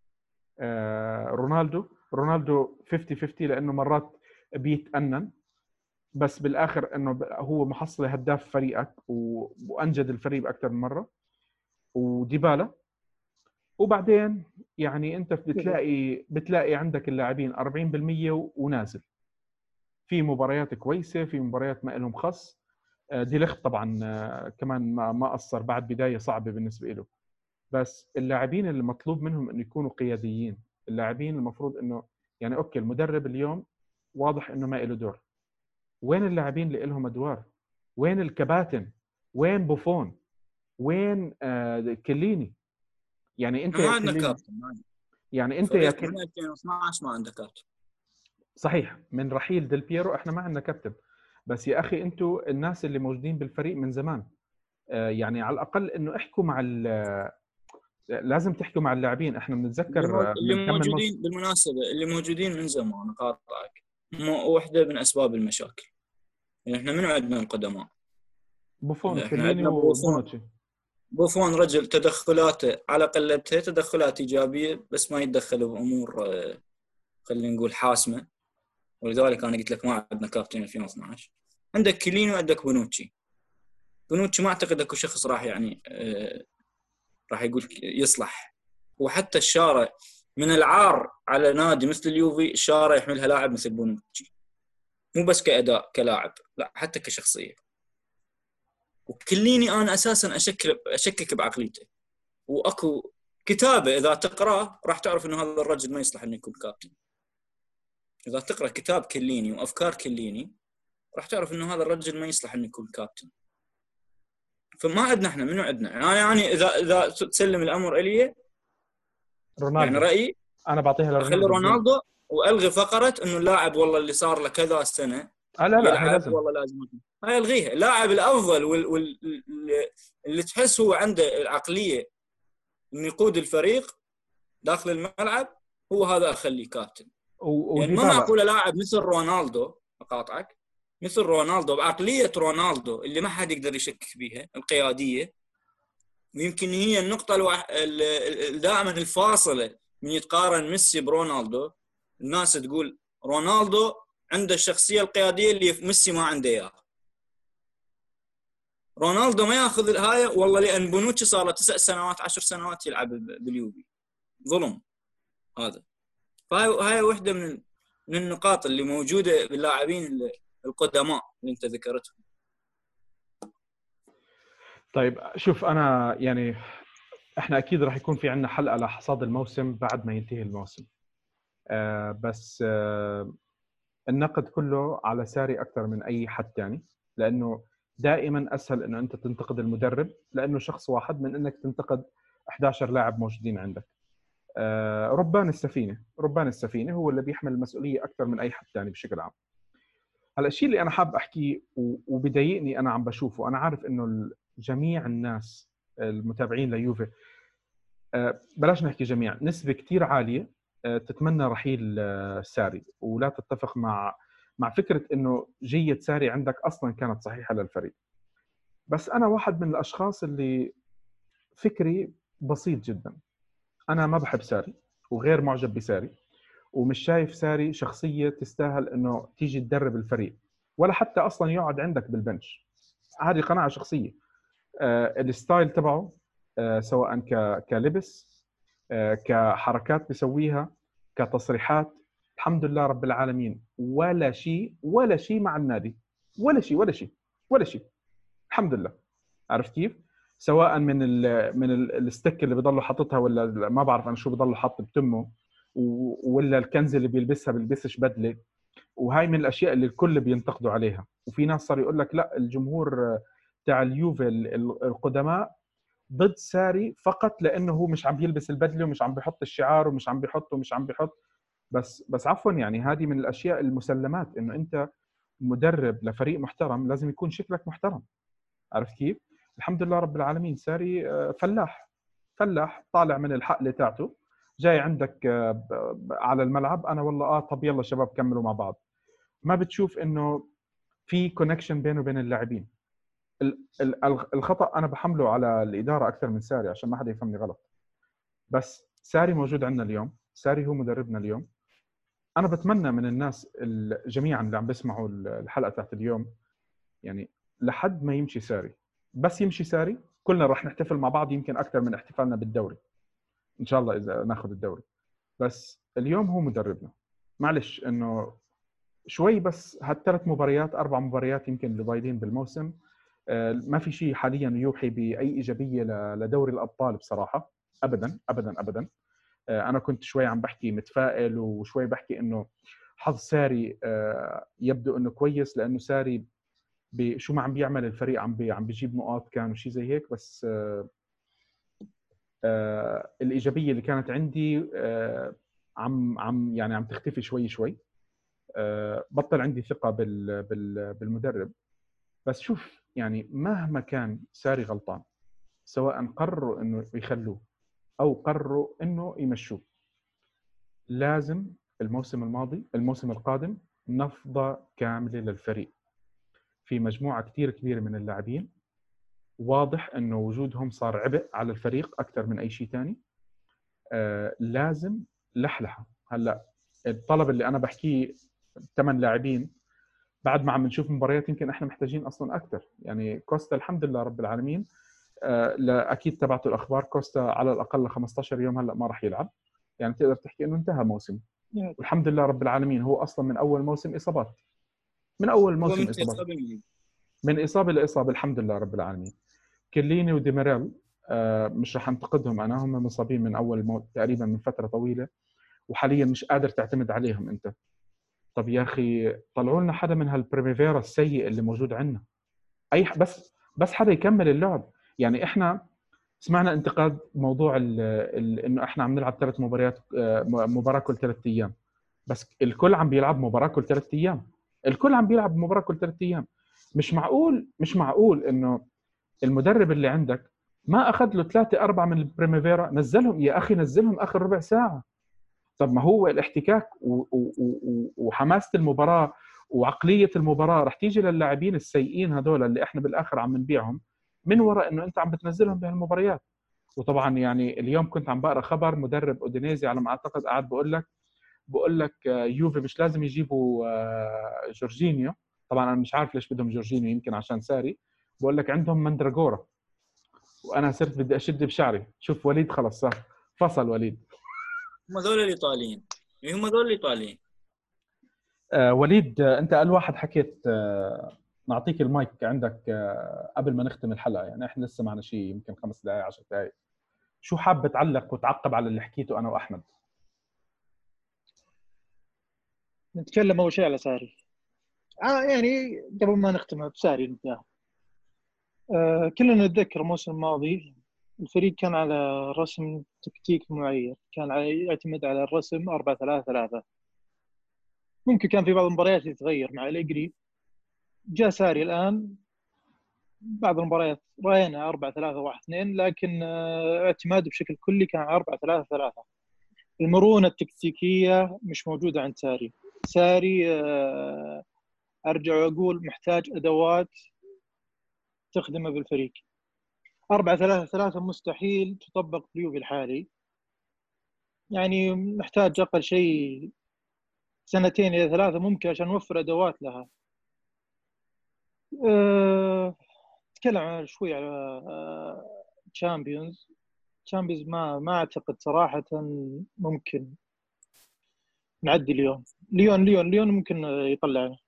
رونالدو 50-50، لانه مرات بيتأنن، بس بالاخر انه هو محصله هداف فريقك وانجد الفريق باكثر من مره. وديبالا. وبعدين يعني انت بتلاقي عندك اللاعبين 40% ونازل. في مباريات كويسه، في مباريات ما لهم خص. ديليخت طبعا كمان ما قصر بعد بدايه صعبه بالنسبه له. بس اللاعبين اللي مطلوب منهم انه يكونوا قياديين، اللاعبين المفروض انه يعني اوكي المدرب اليوم واضح انه ما له دور. وين اللاعبين اللي لهم ادوار؟ وين الكباتن؟ وين بوفون؟ وين كليني؟ يعني انت ما عندنا كابتن، يعني انت يا 2012 ما عندك كابتن. صحيح، من رحيل ديل بيرو احنا ما عندنا كابتن. بس يا اخي انتوا الناس اللي موجودين بالفريق من زمان، يعني على الاقل انه احكوا لازم تحكوا مع اللاعبين. احنا بنتذكر اللي من كم من موجودين بالمناسبه، اللي موجودين من زمان، قاطعك، واحده من اسباب المشاكل. يعني احنا منو عندنا القدماء؟ بوفون، احنا كليني عندنا وبونوتشي. بوفون رجل تدخلاته على قلبتها تدخلات ايجابيه، بس ما يتدخل بامور خلينا نقول حاسمه، ولذلك انا قلت لك ما عندنا كابتن 2012. عندك كليني وعندك بونوتشي. بونوتشي ما اعتقد اكو شخص راح يعني راح يقول يصلح. وحتى الشارع من العار على نادي مثل اليوفي الشارع يحملها لاعب مثل بونوتشي، مو بس كاداء كلاعب، لا حتى كشخصيه. وكليني انا اساسا اشكك بعقليته، واكو كتابه اذا تقراه راح تعرف انه هذا الرجل ما يصلح انه يكون كابتن. اذا تقرا كتاب كليني وافكار كليني راح تعرف انه هذا الرجل ما يصلح انه يكون كابتن. فما عندنا احنا منو عندنا يعني اذا تسلم الامر الي، رونالدو. يعني رايي انا بعطيها اخلي لرونالدو. رونالدو والغي فقره انه اللاعب والله اللي صار له كذا سنه لا هي يلعب لازم. والله لازم هاي الغيها. اللاعب الافضل اللي تحس هو عنده العقليه انه يقود الفريق داخل الملعب، هو هذا اخليه كابتن. يعني ما وديبالا. معقوله لاعب مثل رونالدو، اقاطعك، مثل رونالدو بعقليه رونالدو اللي ما حد يقدر يشكك بيها، القياديه. ويمكن هي النقطه دائما الفاصله من يتقارن ميسي برونالدو. الناس تقول رونالدو عنده الشخصيه القياديه اللي ميسي ما عنده اياها. رونالدو ما ياخذ الهايه والله لان بونوتشي صار له 9 سنوات 10 سنوات يلعب باليوفي. ظلم هذا. فهاي واحده من النقاط اللي موجوده باللاعبين القدماء اللي انت ذكرتهم. طيب شوف، انا يعني احنا اكيد راح يكون في عندنا حلقه لحصاد الموسم بعد ما ينتهي الموسم. بس النقد كله على ساري اكثر من اي حد ثاني، لانه دائما اسهل انه انت تنتقد المدرب لانه شخص واحد من انك تنتقد 11 لاعب موجودين عندك. ربان السفينه هو اللي بيحمل المسؤوليه اكثر من اي حد ثاني بشكل عام. هلا الشيء اللي انا حاب احكيه وبضايقني، انا عم بشوفه، انا عارف انه جميع الناس المتابعين ليوفي، بلاش نحكي جميع، نسبه كثير عاليه تتمنى رحيل ساري، ولا تتفق مع فكره انه جية ساري عندك اصلا كانت صحيحه للفريق. بس انا واحد من الاشخاص اللي فكري بسيط جدا. انا ما بحب ساري وغير معجب بساري، ومش شايف ساري شخصيه تستاهل انه تيجي تدرب الفريق، ولا حتى اصلا يقعد عندك بالبنش. هذه قناعه شخصيه. الستايل تبعه سواء كلبس، كحركات بيسويها، كتصريحات، الحمد لله رب العالمين ولا شيء مع النادي، ولا شيء الحمد لله. عرفت كيف؟ سواء من الستيك اللي بيضله حاططها، ولا ما بعرف انا شو بيضله حاط بتمه، ولا الكنز اللي بيلبسها بيلبسش بدله. وهاي من الاشياء اللي الكل بينتقدوا عليها. وفي ناس صار يقول لك لا، الجمهور تاع اليوفي القدماء ضد ساري فقط لانه هو مش عم يلبس البدله ومش عم بيحط الشعار ومش عم بيحط. بس عفوا، يعني هذه من الاشياء المسلمات، انه انت مدرب لفريق محترم لازم يكون شكلك محترم. عرفت كيف؟ الحمد لله رب العالمين ساري فلاح طالع من الحقله تاعته، جاي عندك على الملعب. انا والله طب يلا شباب كملوا مع بعض. ما بتشوف انه في كونكشن بينه وبين اللاعبين. الخطا انا بحمله على الاداره اكثر من ساري، عشان ما حدا يفهمني غلط. بس ساري موجود عندنا اليوم، ساري هو مدربنا اليوم. انا بتمنى من الناس جميعا اللي عم بيسمعوا الحلقه تاعت اليوم، يعني لحد ما يمشي ساري، بس يمشي ساري كلنا راح نحتفل مع بعض، يمكن اكثر من احتفالنا بالدوري ان شاء الله اذا ناخذ الدوري. بس اليوم هو مدربنا، معلش انه شوي بس هالثلاث مباريات 4 مباريات يمكن اللي بايدين بالموسم، ما في شيء حاليا يوحي باي ايجابيه لدوري الابطال بصراحه. ابدا ابدا ابدا. انا كنت شوي عم بحكي متفائل، وشوي بحكي انه حظ ساري يبدو انه كويس، لانه ساري شو ما عم بيعمل الفريق عم بيجيب نقاط كان وشي زي هيك. بس الايجابيه اللي كانت عندي عم تختفي شوي. بطل عندي ثقه بالمدرب. بس شوف، يعني مهما كان ساري غلطان، سواء قرروا انه يخلوه او قرروا انه يمشوه. لازم الموسم القادم نفضة كاملة للفريق. في مجموعة كتير كبيرة من اللاعبين واضح انه وجودهم صار عبء على الفريق اكثر من اي شيء ثاني. لازم لحلحة. هلا الطلب اللي انا بحكيه 8 لاعبين، بعد ما عم نشوف مباريات يمكن احنا محتاجين اصلا اكثر. يعني كوستا الحمد لله رب العالمين، لا اكيد تبعتوا الاخبار، كوستا على الاقل 15 يوم هلا ما راح يلعب، يعني تقدر تحكي انه انتهى موسم. والحمد لله رب العالمين هو اصلا من اول موسم اصابات، من اول موسم اصابات، من اصابه لاصابه. الحمد لله رب العالمين. كليني وديميريل مش راح انتقدهم انا، هم مصابين من اول تقريبا من فتره طويله، وحاليا مش قادر تعتمد عليهم انت. طب يا اخي طلعوا لنا حدا من هالبريميفيرا السيء اللي موجود عندنا، اي بس حدا يكمل اللعب. يعني احنا سمعنا انتقاد موضوع انه احنا عم نلعب 3 مباريات، مباراه كل 3 ايام، بس الكل عم بيلعب مباراه كل 3 ايام، الكل عم بيلعب مباراه كل 3 ايام. مش معقول انه المدرب اللي عندك ما اخذ له 3-4 من البريميفيرا نزلهم. يا اخي نزلهم اخر ربع ساعه. طب ما هو الاحتكاك وحماسه المباراه وعقليه المباراه رح تيجي للاعبين السيئين هذول اللي احنا بالاخر عم نبيعهم من وراء انه انت عم بتنزلهم بهالمباريات. وطبعا يعني اليوم كنت عم بقرا خبر مدرب اودينيزي على ما اعتقد قاعد بقول لك يوفي مش لازم يجيبوا جورجينيو. طبعا انا مش عارف ليش بدهم جورجينيو، يمكن عشان ساري. بقول لك عندهم مندراغورا، وانا صرت بدي اشد بشعري. شوف وليد خلص صار فصل وليد. هم ذول الايطاليين، هم ذول الايطاليين. وليد انت اول واحد حكيت. نعطيك المايك عندك قبل ما نختم الحلقه، يعني احنا لسه معنا شيء يمكن 5 دقائق 10 دقائق. شو حاب تعلق وتعقب على اللي حكيته انا واحمد؟ نتكلم اول شيء على ساري. يعني قبل ما نختم بساري نبدا. كلنا نتذكر الموسم الماضي الفريق كان على رسم تكتيك معين، كان يعتمد على الرسم 4-3-3. ممكن كان في بعض المباريات يتغير مع أليجري. جاء ساري الآن بعض المباريات رأينا 4-3-1-2، لكن اعتماده بشكل كلي كان 4-3-3. المرونة التكتيكية مش موجودة عند ساري. أرجع وأقول محتاج أدوات تخدمه بالفريق. 4-3-3 مستحيل تطبق باليوفي الحالي، يعني محتاج أقل شيء 2 إلى 3 ممكن عشان نوفر أدوات لها. نتكلم شوي على تشامبيونز. ما أعتقد صراحة ممكن نعدي اليوم. ليون ممكن يطلعنا.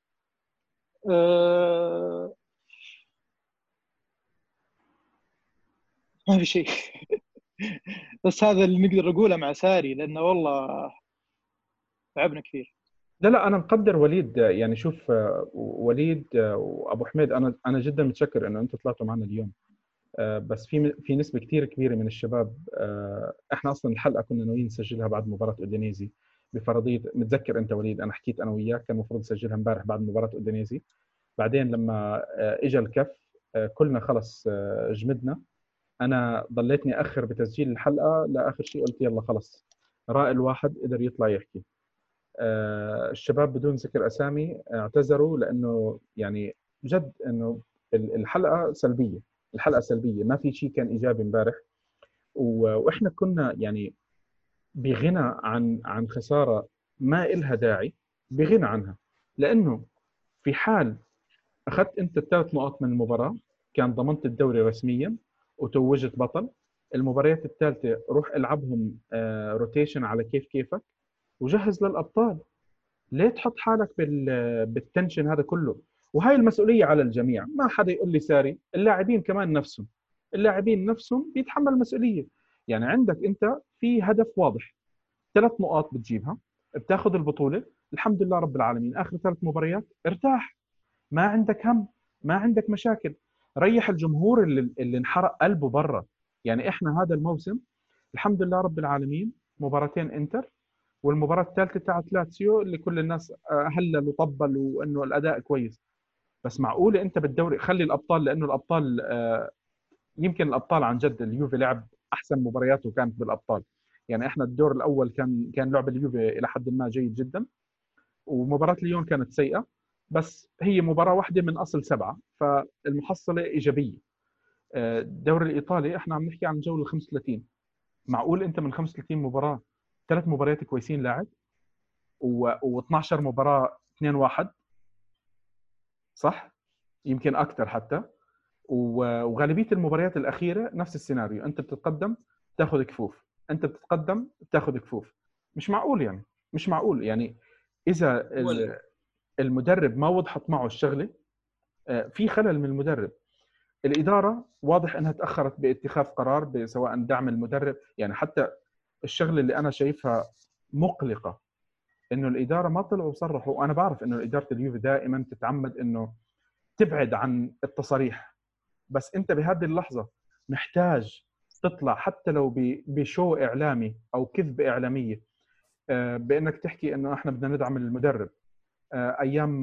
ما في شيء. بس هذا اللي نقدر نقوله مع ساري، لأنه والله تعبنا كثير. لا انا مقدر وليد. يعني شوف وليد وابو حميد، انا جدا متشكر انه انتم طلعتوا معنا اليوم. بس في نسبه كثير كبيره من الشباب. احنا اصلا الحلقه كنا ناويين نسجلها بعد مباراه اودينيزي بفرضيه. متذكر انت وليد انا حكيت انا وياك كان المفروض نسجلها امبارح بعد مباراه اودينيزي. بعدين لما اجى الكف كلنا خلص جمدنا. انا ضليتني اخر بتسجيل الحلقه لاخر شيء، قلت يلا خلص رائل واحد قدر يطلع يحكي. الشباب بدون ذكر اسامي اعتذروا، لانه يعني جد انه الحلقه سلبيه. الحلقه سلبيه، ما في شيء كان ايجابي امبارح. واحنا كنا يعني بغنى عن خساره ما إلها داعي، بغنى عنها. لانه في حال اخذت انت ال3 نقاط من المباراه كان ضمنت الدوري رسميا وتوجت بطل. المباريات الثالثه روح العبهم روتيشن على كيفك وجهز للابطال. ليه تحط حالك بالتنشن هذا كله؟ وهاي المسؤوليه على الجميع. ما حدا يقول لي ساري، اللاعبين كمان نفسهم. اللاعبين نفسهم بيتحمل المسؤوليه. يعني عندك انت في هدف واضح، 3 نقاط بتجيبها، بتاخذ البطوله، الحمد لله رب العالمين. اخر 3 مباريات ارتاح، ما عندك هم، ما عندك مشاكل. ريح الجمهور اللي انحرق قلبه برا. يعني احنا هذا الموسم الحمد لله رب العالمين مباراتين انتر، والمباراه الثالثه تاعت لاتسيو اللي كل الناس هلل وطبل وانه الاداء كويس. بس معقوله انت بالدوري خلي الابطال، لانه الابطال يمكن الابطال عن جد اليوفي لعب احسن مبارياته كانت بالابطال. يعني احنا الدور الاول كان لعب اليوفي الى حد ما جيد جدا، ومباراه ليون كانت سيئه، بس هي مباراه واحده من اصل 7، فالمحصله ايجابيه. الدوري الايطالي احنا عم نحكي عن جوله 35. معقول انت من 35 مباراه 3 مباريات كويسين لاعب، و12 مباراه 2-1، صح؟ يمكن اكثر حتى. وغالبيه المباريات الاخيره نفس السيناريو، انت بتتقدم تاخذ كفوف، انت بتتقدم تاخذ كفوف. مش معقول يعني، مش معقول يعني. اذا المدرب ما وضحت معه الشغله، في خلل من المدرب. الاداره واضح انها تاخرت باتخاذ قرار سواء دعم المدرب. يعني حتى الشغله اللي انا شايفها مقلقه انه الاداره ما طلعوا وصرحوا. وانا بعرف انه اداره اليوفي دائما تتعمد انه تبعد عن التصاريح، بس انت بهذه اللحظه محتاج تطلع حتى لو بشو اعلامي او كذبه اعلاميه، بانك تحكي انه احنا بدنا ندعم المدرب. ايام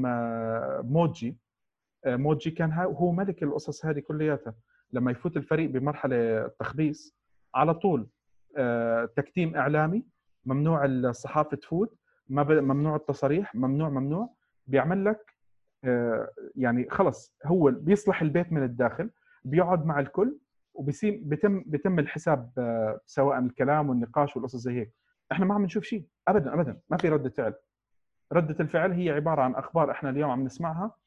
موجي كان هو ملك القصص هذه كلياتها. لما يفوت الفريق بمرحله التخبيص على طول تكتيم اعلامي، ممنوع الصحافه تفوت، ممنوع التصاريح، ممنوع بيعمل لك يعني خلص هو بيصلح البيت من الداخل، بيقعد مع الكل بيتم الحساب، سواء الكلام والنقاش والقصص زي هيك. احنا ما عم نشوف شيء ابدا ابدا، ما في رده فعل. رده الفعل هي عباره عن اخبار احنا اليوم عم نسمعها،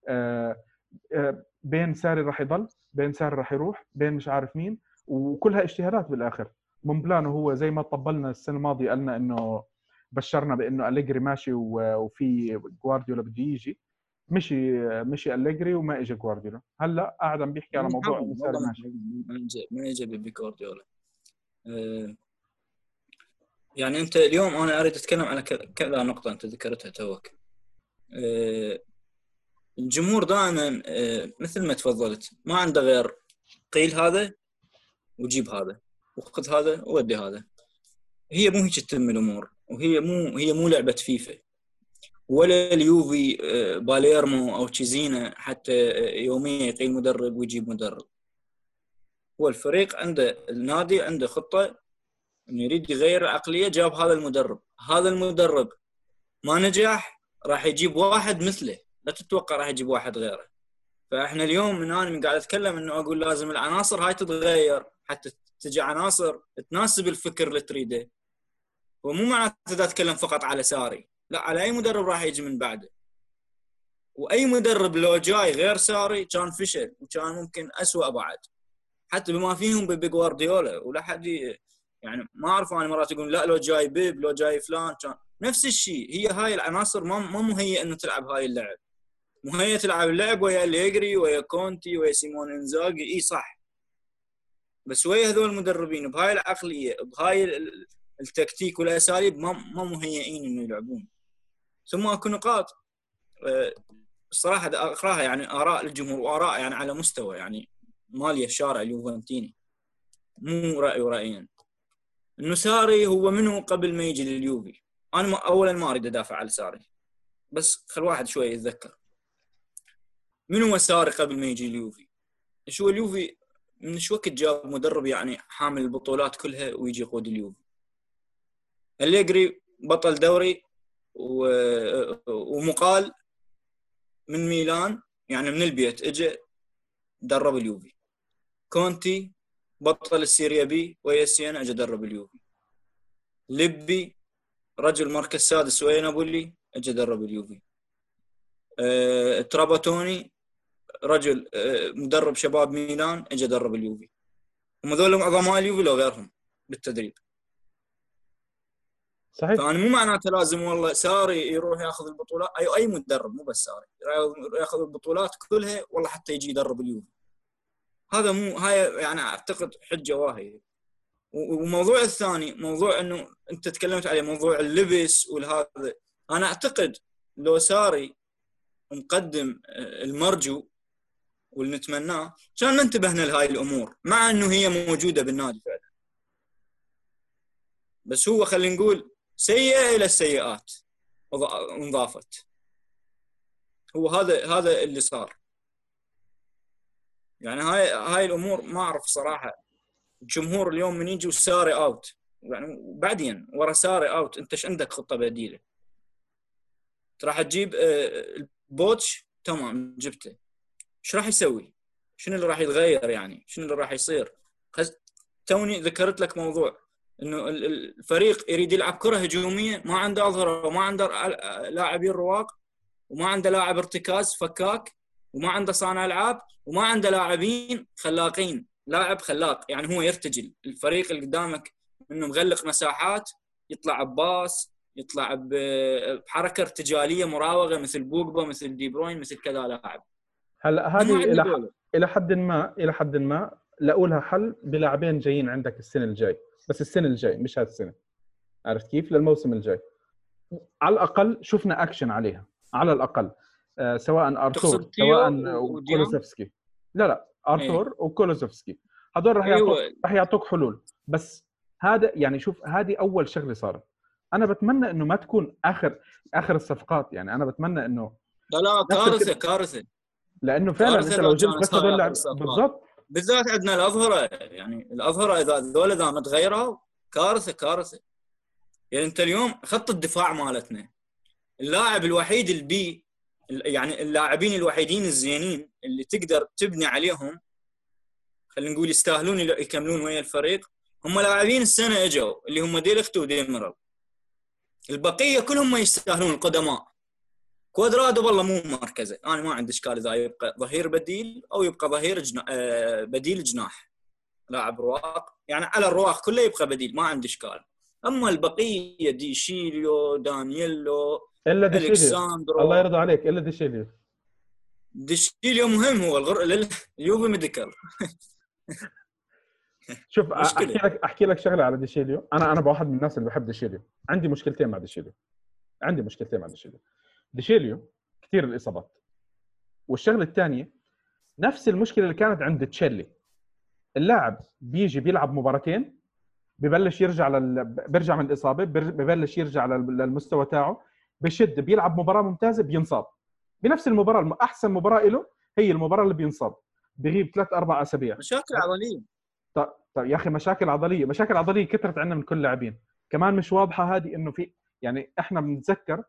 بين ساري راح يضل، بين ساري راح يروح، بين مش عارف مين، وكلها اجتهادات بالاخر. مونبلانو هو زي ما طبلنا السنه الماضيه قالنا انه بشرنا بانه أليجري ماشي وفي جوارديولا بده يجي. مشي أليجري وما اجى جوارديولا. هلا قاعد عم بيحكي على موضوع انه ساري ماشي. ما يجي بجوارديولا. يعني انت اليوم انا اريد اتكلم على كذا نقطه انت ذكرتها توك. الجمهور دائما مثل ما تفضلت ما عنده غير قيل هذا وجيب هذا وخذ هذا وودي هذا. هي مو هيك تتم الامور، وهي مو لعبه فيفا ولا اليوفي باليرمو او تشيزينا حتى يوميا يقيل مدرب ويجيب مدرب. هو الفريق عنده، النادي عنده خطه انه يريد يغير العقليه، جاب هذا المدرب. هذا المدرب ما نجح راح يجيب واحد مثله، لا تتوقع راح يجيب واحد غيره. فاحنا اليوم من قاعد اتكلم انه اقول لازم العناصر هاي تتغير حتى تجي عناصر تناسب الفكر اللي تريده. ومو معناته اذا اتكلم فقط على ساري، لا، على اي مدرب راح يجي من بعده. واي مدرب لو جاي غير ساري كان فشل وكان ممكن أسوأ بعد، حتى بما فيهم بجوارديولا. ولا حد يعني ما اعرف، انا مرات يقول لا لو جاي بيب لو جاي فلان كان نفس الشيء. هي هاي العناصر ما مهيئه انه تلعب هاي اللعب. مهيئه تلعب اللعب ويا أليجري ويا كونتي ويا سيمون انزاغي، اي صح، بس ويا هذول المدربين بهاي العقليه بهاي التكتيك والاساليب ما مهيئين انه يلعبون. ثم اكو نقاط الصراحه اقراها، يعني اراء الجمهور واراء يعني على مستوى يعني ماليه الشارع اليوفنتيني، مو راي ورايين. انه ساري هو منه قبل ما يجي لليوفي. انا اولا ما اريد ادافع على ساري، بس خل واحد شوي يتذكر من هو ساري قبل ما يجي اليوفي. شو اليوفي من شو وقت جاب مدرب يعني حامل البطولات كلها ويجي يقود اليوفي؟ أليجري بطل دوري ومقال من ميلان، يعني من البيت اجى درب اليوفي. كونتي بطل السيريا بي ويا سينا اجى درب اليوفي. ليبي رجل مركز سادس ويا نابولي اجى درب اليوفي. تراباتوني رجل مدرب شباب ميلان اجى درب اليوفي. هم ذول عظماء اليوفي لو غيرهم بالتدريب. صحيح. فانا مو معناته لازم والله ساري يروح ياخذ البطولات، اي مدرب مو بس ساري ياخذ البطولات كلها والله حتى يجي يدرب اليوفي. هذا مو هاي يعني اعتقد حجه واهيه. وموضوع الثاني موضوع انه انت تكلمت عليه، موضوع اللبس والهذا. انا اعتقد لو ساري مقدم المرجو واللي نتمناه كان ما انتبهنا لهاي الامور، مع انه هي موجوده بالنادي فعلا. بس هو خلينا نقول سيئه الى السيئات انضافت. هو هذا اللي صار. يعني هاي الامور ما اعرف صراحه الجمهور اليوم من يجي وساري اوت، يعني بعدين ورا ساري اوت انت ايش عندك خطه بديله؟ راح تجيب البوتش تمام جبته، ايش راح يسوي؟ شنو اللي راح يتغير؟ يعني شنو اللي راح يصير؟ توني ذكرت لك موضوع انه الفريق يريد يلعب كره هجوميه، ما عنده اظهره وما عنده لاعبين رواق وما عنده لاعب ارتكاز فكاك وما عنده صانع العاب وما عنده لاعبين خلاقين، لاعب خلاق يعني هو يرتجل الفريق اللي قدامك انه مغلق مساحات، يطلع باص، يطلع بحركه ارتجاليه مراوغه مثل بوجبا مثل دي بروين مثل كذا لاعب. هلا هذه الى حد ما لاقولها حل بلاعبين جايين عندك السنه الجاي، بس السنه الجاي مش هذه السنه، عرفت كيف؟ للموسم الجاي على الاقل شفنا اكشن عليها على الاقل، سواء ارثور سواء كولوسفسكي. لا ارثور وكولوسفسكي هذول راح يعطوك حلول. بس هذا يعني شوف هذه اول شغله صارت. انا بتمنى انه ما تكون اخر الصفقات، يعني انا بتمنى انه لا كارثه لانه فعلا انت لو جبت بس هذول بالضبط بالذات عندنا الاظهره، يعني الاظهره اذا ما تغيروا كارثه. يعني انت اليوم خط الدفاع مالتنا اللاعب الوحيد البي، يعني اللاعبين الوحيدين الزينين اللي تقدر تبني عليهم خلينا نقول يستاهلون يكملون ويا الفريق، هم لاعبين السنه اجوا اللي هم ديليخت وديميرال. البقيه كلهم ما يستاهلون القدماء. كوادرادو والله مو مركزه، انا ما عندي اشكال اذا يبقى ظهير بديل او يبقى ظهير بديل جناح، لاعب رواق يعني على الرواق كله يبقى بديل، ما عندي اشكال. اما البقيه ديشيليو دانييلو الا ديشيليو الله يرضى عليك، الا ديشيليو مهم، هو اليوفي ميديكال. شوف احكي لك شغله على ديشيليو. انا بواحد من الناس اللي بحب ديشيليو. عندي مشكلتين مع ديشيليو كثير الاصابات، والشغله الثانيه نفس المشكله اللي كانت عند تشيلي. اللاعب بيجي بيلعب مباراتين ببلش يرجع بيرجع من الاصابه، ببلش يرجع للمستوى تاعه، بشد بيلعب مباراه ممتازه بينصاب بنفس المباراه. احسن مباراه له هي المباراه اللي بينصاب، بيغيب 3-4 اسابيع. مشاكل عضليه. طيب يا اخي مشاكل عضليه كثرت عندنا من كل لاعبين. كمان مش واضحه هذه انه في، يعني احنا بنتذكر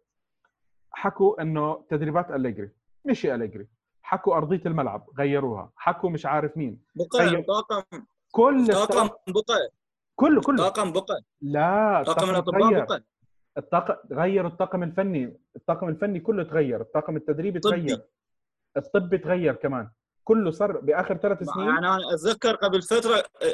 حكوا انه تدريبات أليجري مشي أليجري، حكوا ارضيه الملعب غيروها، حكوا مش عارف مين بقى كل طاقم بقى كله طاقم بقى. لا طاقم الاطباء بقى. غير الطاقم الفني كله تغير، الطاقم التدريبي تغير، الطب تغير كمان، كله صار باخر 3 سنين. يعني انا اتذكر قبل فتره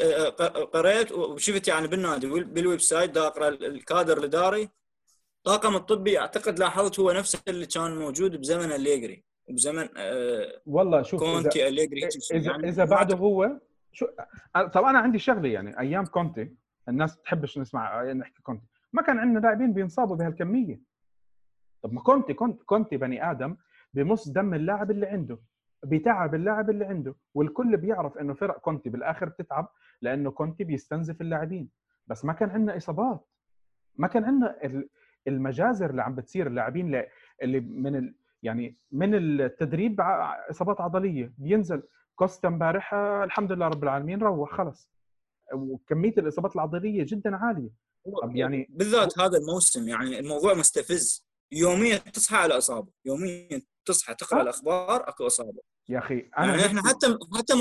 قريت وشفت يعني بالنادي بالويب سايت دا اقرا الكادر الاداري، الطاقم الطبي اعتقد لاحظت هو نفسه اللي كان موجود بزمن أليجري وبزمن والله شوف كونتي أليجري. اذا بعده هو شو. طبعا انا عندي شغله، يعني ايام كونتي الناس تحبش نحكي كونتي، ما كان عندنا لاعبين بينصابوا بهالكميه. طب ما كونتي بني ادم بمص دم اللاعب اللي عنده، بيتعب اللاعب اللي عنده، والكل بيعرف انه فرق كونتي بالاخر بتتعب لانه كونتي بيستنزف اللاعبين. بس ما كان عندنا اصابات، ما كان عندنا المجازر اللي عم بتصير اللاعبين اللي يعني من التدريب اصابات عضليه بينزل. كوستا امبارح الحمد لله رب العالمين روح خلص، وكميه الاصابات العضليه جدا عاليه. طب يعني بالذات هذا الموسم يعني الموضوع مستفز، يوميا تصحى على اصابه، يوميا تصحى تقرا الاخبار اكو اصابه يا اخي. يعني احنا حتى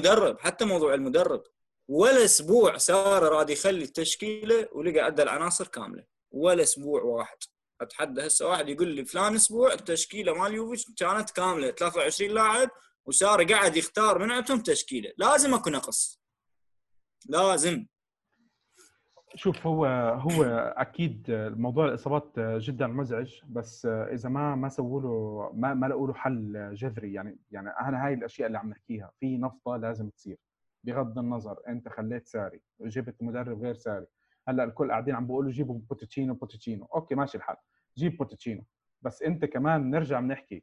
موضوع المدرب ولا اسبوع صار راد يخلي التشكيله ولقى عدى العناصر كامله، ولا اسبوع واحد. اتحدى هسه واحد يقول لي فلان اسبوع التشكيله مال يوفيتش كانت كامله 23 لاعب وصار قاعد يختار من عندهم تشكيله، لازم اكو نقص، لازم. شوف هو اكيد موضوع الاصابات جدا مزعج، بس اذا ما سووا له ما لقوا له حل جذري، يعني انا هاي الاشياء اللي عم نحكيها في نفضه لازم تصير بغض النظر انت خليت ساري وجبت مدرب غير ساري. هلا الكل قاعدين عم بيقولوا جيبوا بوتشينو، اوكي ماشي الحال، جيب بوتشينو، بس انت كمان نرجع بنحكي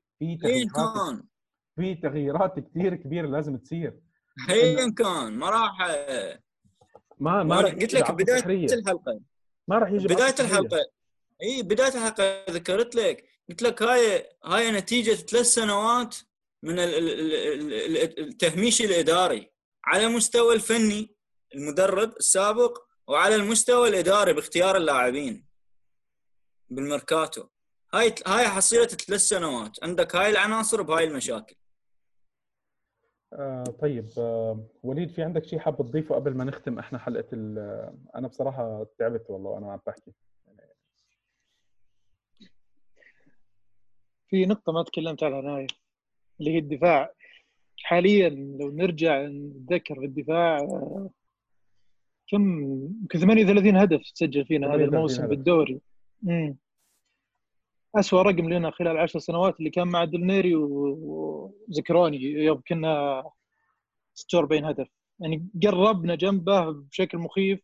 في تغييرات كثير كبيره لازم تصير. هين كان ما راح ما قلت لك بدايه الحلقه، ما راح يجي بدايه الحلقه ذكرت لك، قلت لك هاي نتيجه 3 سنوات من التهميش الاداري على مستوى الفني المدرب السابق وعلى المستوى الاداري باختيار اللاعبين بالميركاتو. هاي حصيله 3 سنوات، عندك هاي العناصر بهاي المشاكل. طيب وليد، في عندك شيء حاب تضيفه قبل ما نختم احنا حلقه انا بصراحه تعبت والله وانا عم بحكي. في نقطة ما تكلمت عنها نايف اللي هي الدفاع. حاليا لو نرجع نتذكر في الدفاع كم 38 هدف تسجل فينا هذا الموسم بالدوري. أسوأ رقم لنا خلال 10 سنوات اللي كان مع دلنيري وزكراني يوم كنا 46 هدف، يعني قربنا جنبه بشكل مخيف.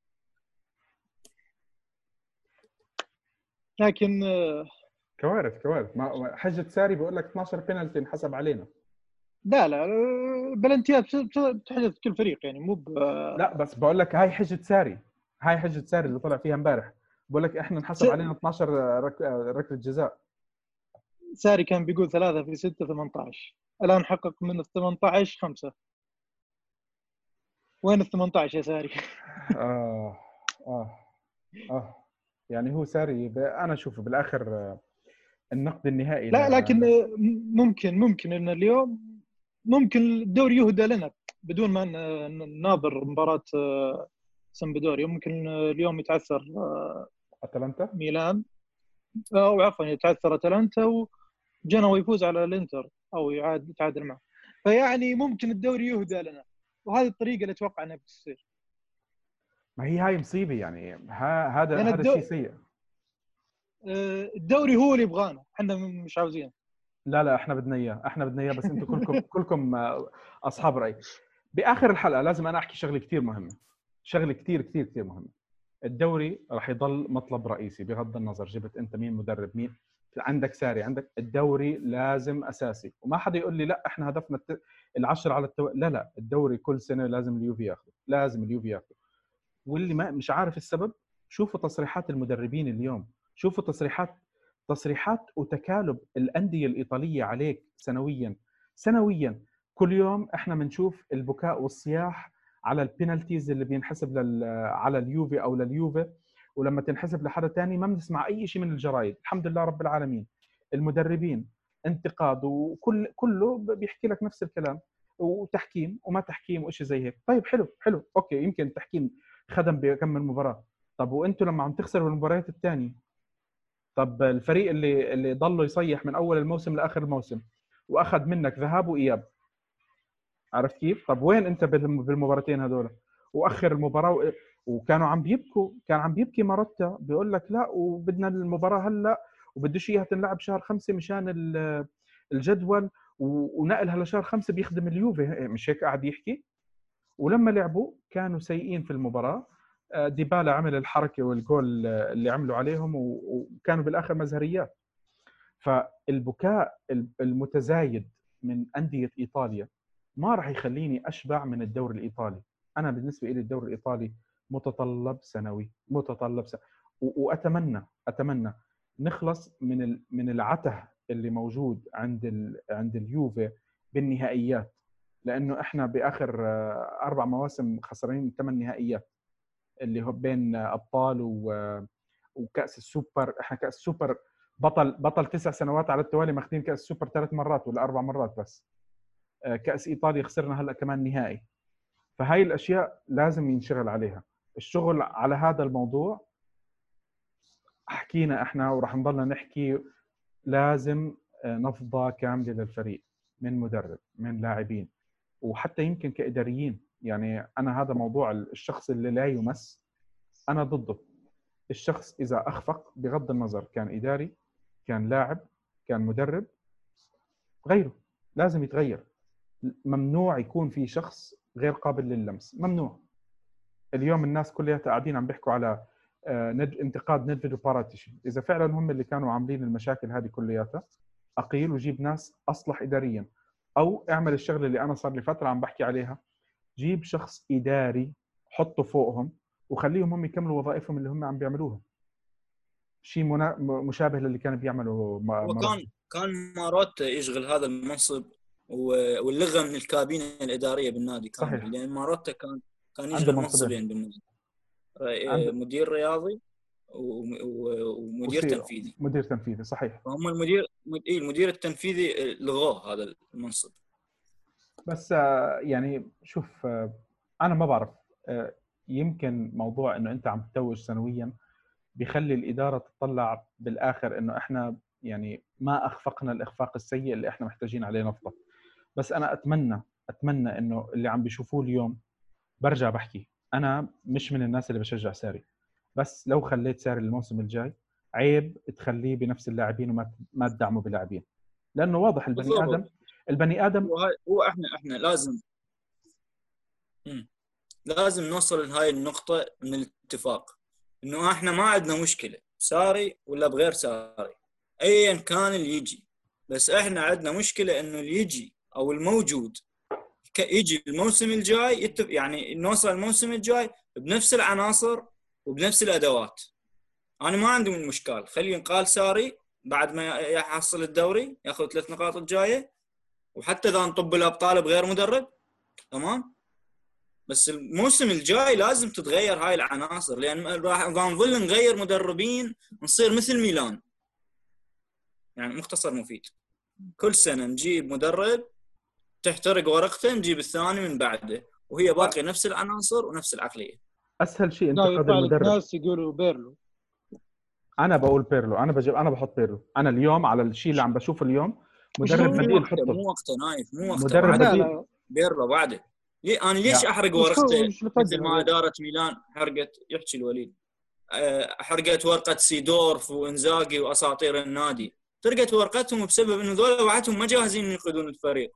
لكن كوارث. ما حجة ساري بيقول لك 12 بينالتي انحسب علينا. لا بلنتيات بتحدث كل فريق يعني مو لا بس بقول لك هاي حجة ساري اللي طلع فيها امبارح، بقول لك احنا انحسب علينا 12 ركلة جزاء. ساري كان بيقول 3 في 6 18، الان حقق من 18 5. وين ال 18 يا ساري؟ يعني هو ساري انا اشوفه بالاخر النقد النهائي. لا لكن ممكن ان اليوم ممكن الدوري يهدى لنا بدون ما نناظر مباراة سامبدوريا. ممكن اليوم يتعثر اتلانتا ميلان، او عفوا يتعثر اتلانتا وجنوا يفوز على الانتر او يتعادل معه، فيعني ممكن الدوري يهدى لنا، وهذه الطريقة اللي اتوقع انها بتصير. ما هي هاي مصيبة يعني، هذا شيء سيء. الدوري هو اللي يبغانا، احنا مش عاوزين. لا احنا بدنا اياه بس انتم كلكم اصحاب راي. باخر الحلقه لازم انا احكي شغله كثير مهمه، شغله كثير مهمه. الدوري راح يضل مطلب رئيسي بغض النظر جبت انت مين مدرب، مين عندك ساري، عندك الدوري لازم اساسي. وما حدا يقول لي لا احنا هدفنا ال10 على لا الدوري كل سنه لازم اليوفي ياخذه، واللي ما مش عارف السبب شوفوا تصريحات المدربين اليوم، شوفوا تصريحات وتكالب الأندية الإيطالية عليك سنويا. كل يوم احنا بنشوف البكاء والصياح على البينالتيز اللي بينحسب على اليوفي او لليوفي، ولما تنحسب لحدا تاني ما بنسمع اي شيء من الجرايد. الحمد لله رب العالمين. المدربين انتقاد وكله بيحكي لك نفس الكلام، وتحكيم وما تحكيم وشيء زي هيك. طيب حلو اوكي، يمكن التحكيم خدم بكم من مباراه. طب وانتم لما عم تخسروا المباريات الثانيه، طب الفريق اللي ضله يصيح من اول الموسم لاخر الموسم واخذ منك ذهاب واياب، عرفت كيف؟ طب وين انت بالمباراتين هذول؟ واخر المباراه وكانوا عم بيبكوا، كان عم بيبكي ماروتا بيقول لك لا وبدنا المباراه هلا وبدوش اياها تنلعب شهر 5 مشان الجدول، ونقلها لشهر 5 بيخدم اليوفي، مش هيك قاعد يحكي؟ ولما لعبوا كانوا سيئين في المباراه، ديبالا عمل الحركه والجول اللي عملوا عليهم وكانوا بالاخر مزهريات. فالبكاء المتزايد من انديه ايطاليا ما راح يخليني اشبع من الدوري الايطالي. انا بالنسبه لي الدوري الايطالي متطلب سنوي، واتمنى نخلص من العته اللي موجود عند اليوفي بالنهائيات، لانه احنا باخر 4 مواسم خسرانين 8 نهائيات اللي هو بين ابطال وكاس السوبر. احنا كاس السوبر بطل 9 سنوات على التوالي ماخذين كاس السوبر 3 مرات ولا 4 مرات بس. كاس ايطاليا خسرنا هلا كمان نهائي. فهاي الاشياء لازم ينشغل عليها. الشغل على هذا الموضوع حكينا احنا وراح نضلنا نحكي. لازم نفضة كاملة للفريق، من مدرب، من لاعبين، وحتى يمكن كإداريين. يعني أنا هذا موضوع الشخص اللي لا يمس أنا ضده. الشخص إذا أخفق بغض النظر كان إداري، كان لاعب، كان مدرب، غيره لازم يتغير. ممنوع يكون في شخص غير قابل للمس، ممنوع. اليوم الناس كلها قاعدين عم بيحكوا على انتقاد نيدفيد وباراتيشي. إذا فعلا هم اللي كانوا عاملين المشاكل هذه كلياتها، أقيل وجيب ناس أصلح إداريا، أو اعمل الشغلة اللي أنا صار لي فترة عم بحكي عليها، جيب شخص إداري حطه فوقهم وخليهم هم يكملوا وظائفهم اللي هم عم بيعملوها. شيء مشابه للي كان بيعمله كان ماروتا يشغل هذا المنصب واللغة من الكابينة الإدارية بالنادي كان. صحيح. لأن ماروتا كان كان عنده يجري منصبين. المنصبين بالنسبة عنده مدير رياضي ومدير تنفيذي. مدير تنفيذي صحيح. فهم المدير التنفيذي لغوه هذا المنصب. بس يعني شوف انا ما بعرف، يمكن موضوع انه انت عم تتوج سنويا بيخلي الاداره تطلع بالاخر انه احنا يعني ما اخفقنا الاخفاق السيء اللي احنا محتاجين عليه نفضل. بس انا اتمنى انه اللي عم بيشوفوه اليوم، برجع بحكي انا مش من الناس اللي بشجع ساري، بس لو خليت ساري الموسم الجاي عيب تخليه بنفس اللاعبين وما تدعمه بلاعبين، لانه واضح البني ادم هو احنا لازم نوصل لهاي النقطة من الاتفاق، انه احنا ما عندنا مشكلة ساري ولا بغير ساري ايا كان اللي يجي، بس احنا عندنا مشكلة انه اللي يجي او الموجود يجي الموسم الجاي يعني نوصل الموسم الجاي بنفس العناصر وبنفس الادوات. انا ما عندي من مشكل، خلي ينقال ساري بعد ما يحصل الدوري ياخذ 3 نقاط الجايه، وحتى اذا نطب الابطال بغير مدرب تمام، بس الموسم الجاي لازم تتغير هاي العناصر، لان راح نظل نغير مدربين نصير مثل ميلان. يعني مختصر مفيد، كل سنه نجيب مدرب تحترق ورقته نجيب الثاني من بعده وهي باقي نفس العناصر ونفس العقليه. اسهل شيء لا انتقد يطلع لك المدرب. ناس يقولوا بيرلو، انا بقول بيرلو، انا بحط بيرلو. انا اليوم على الشيء اللي عم بشوفه اليوم مدرب بديل حطه. مو وقته نايف، مو وقته مدرب بعد بديل بيرلو بعده. انا ليش احرق ورقته مش مثل ما اداره ميلان حرقت، يحكي الوليد حرقت ورقه سيدورف وانزاغي واساطير النادي، حرقت ورقتهم بسبب انه ذولا بعدهم ما جاهزين يقودون الفريق.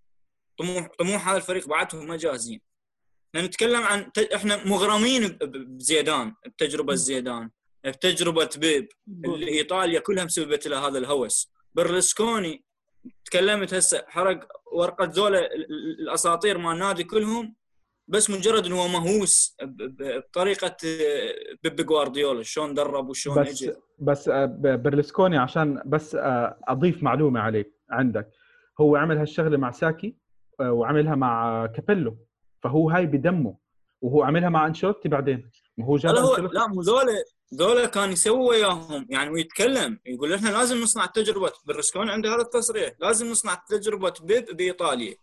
طموح هذا الفريق بعدهم ما جاهزين. نتكلم عن احنا مغرمين بزيدان، بتجربه زيدان، بتجربه بيب اللي ايطاليا كلها مسببت له هذا الهوس. برلسكوني تكلمت هسه حرق ورقه ذولا الاساطير مال النادي كلهم، بس مجرد انه هو مهووس بطريقه بيب جوارديولا شلون درب وشلون اجى. بس برلسكوني عشان بس اضيف معلومه عليك عندك، هو عمل هالشغله مع ساكي وعملها مع كابيلو، فهو هاي بدمه، وهو عملها مع انشيلوتي بعدين، وهو جاب انشيلوتي. لا مو ذولا كان يسوي وياهم يعني، ويتكلم يقول احنا لازم نصنع تجربه. برلسكوني عنده هذا التصريح، لازم نصنع تجربه بيب بايطاليا.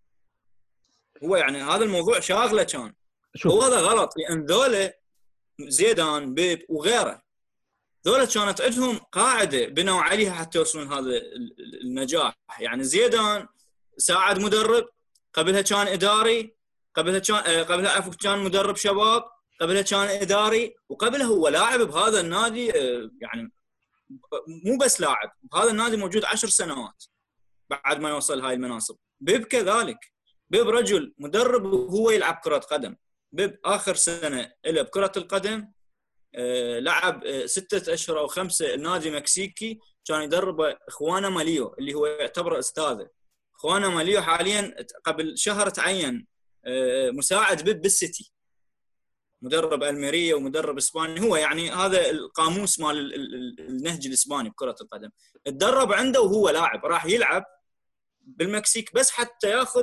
هو يعني هذا الموضوع شاغله كان. هو هذا غلط، لان ذولا زيدان بيب وغيره ذولا كانت عندهم قاعده بنوا عليها حتى يوصلون هذا النجاح. يعني زيدان ساعد مدرب، قبلها كان اداري، قبلها كان مدرب شباب، قبلها كان اداري، وقبلها هو لاعب بهذا النادي. يعني مو بس لاعب بهذا النادي موجود 10 سنوات بعد ما يوصل هاي المناصب. بيب كذلك، بيب رجل مدرب وهو يلعب كرة قدم. بيب آخر سنة له بكرة القدم لعب 6 أشهر أو 5 النادي مكسيكي كان يدربه إخوانا ماليو اللي هو يعتبر أستاذه. إخوانا ماليو حاليا قبل شهر تعين مساعد بيب بالسيتي، مدرب ألميريا ومدرب إسباني. هو يعني هذا القاموس مال النهج الإسباني بكرة القدم. اتدرب عنده وهو لاعب، راح يلعب بالمكسيك بس حتى ياخذ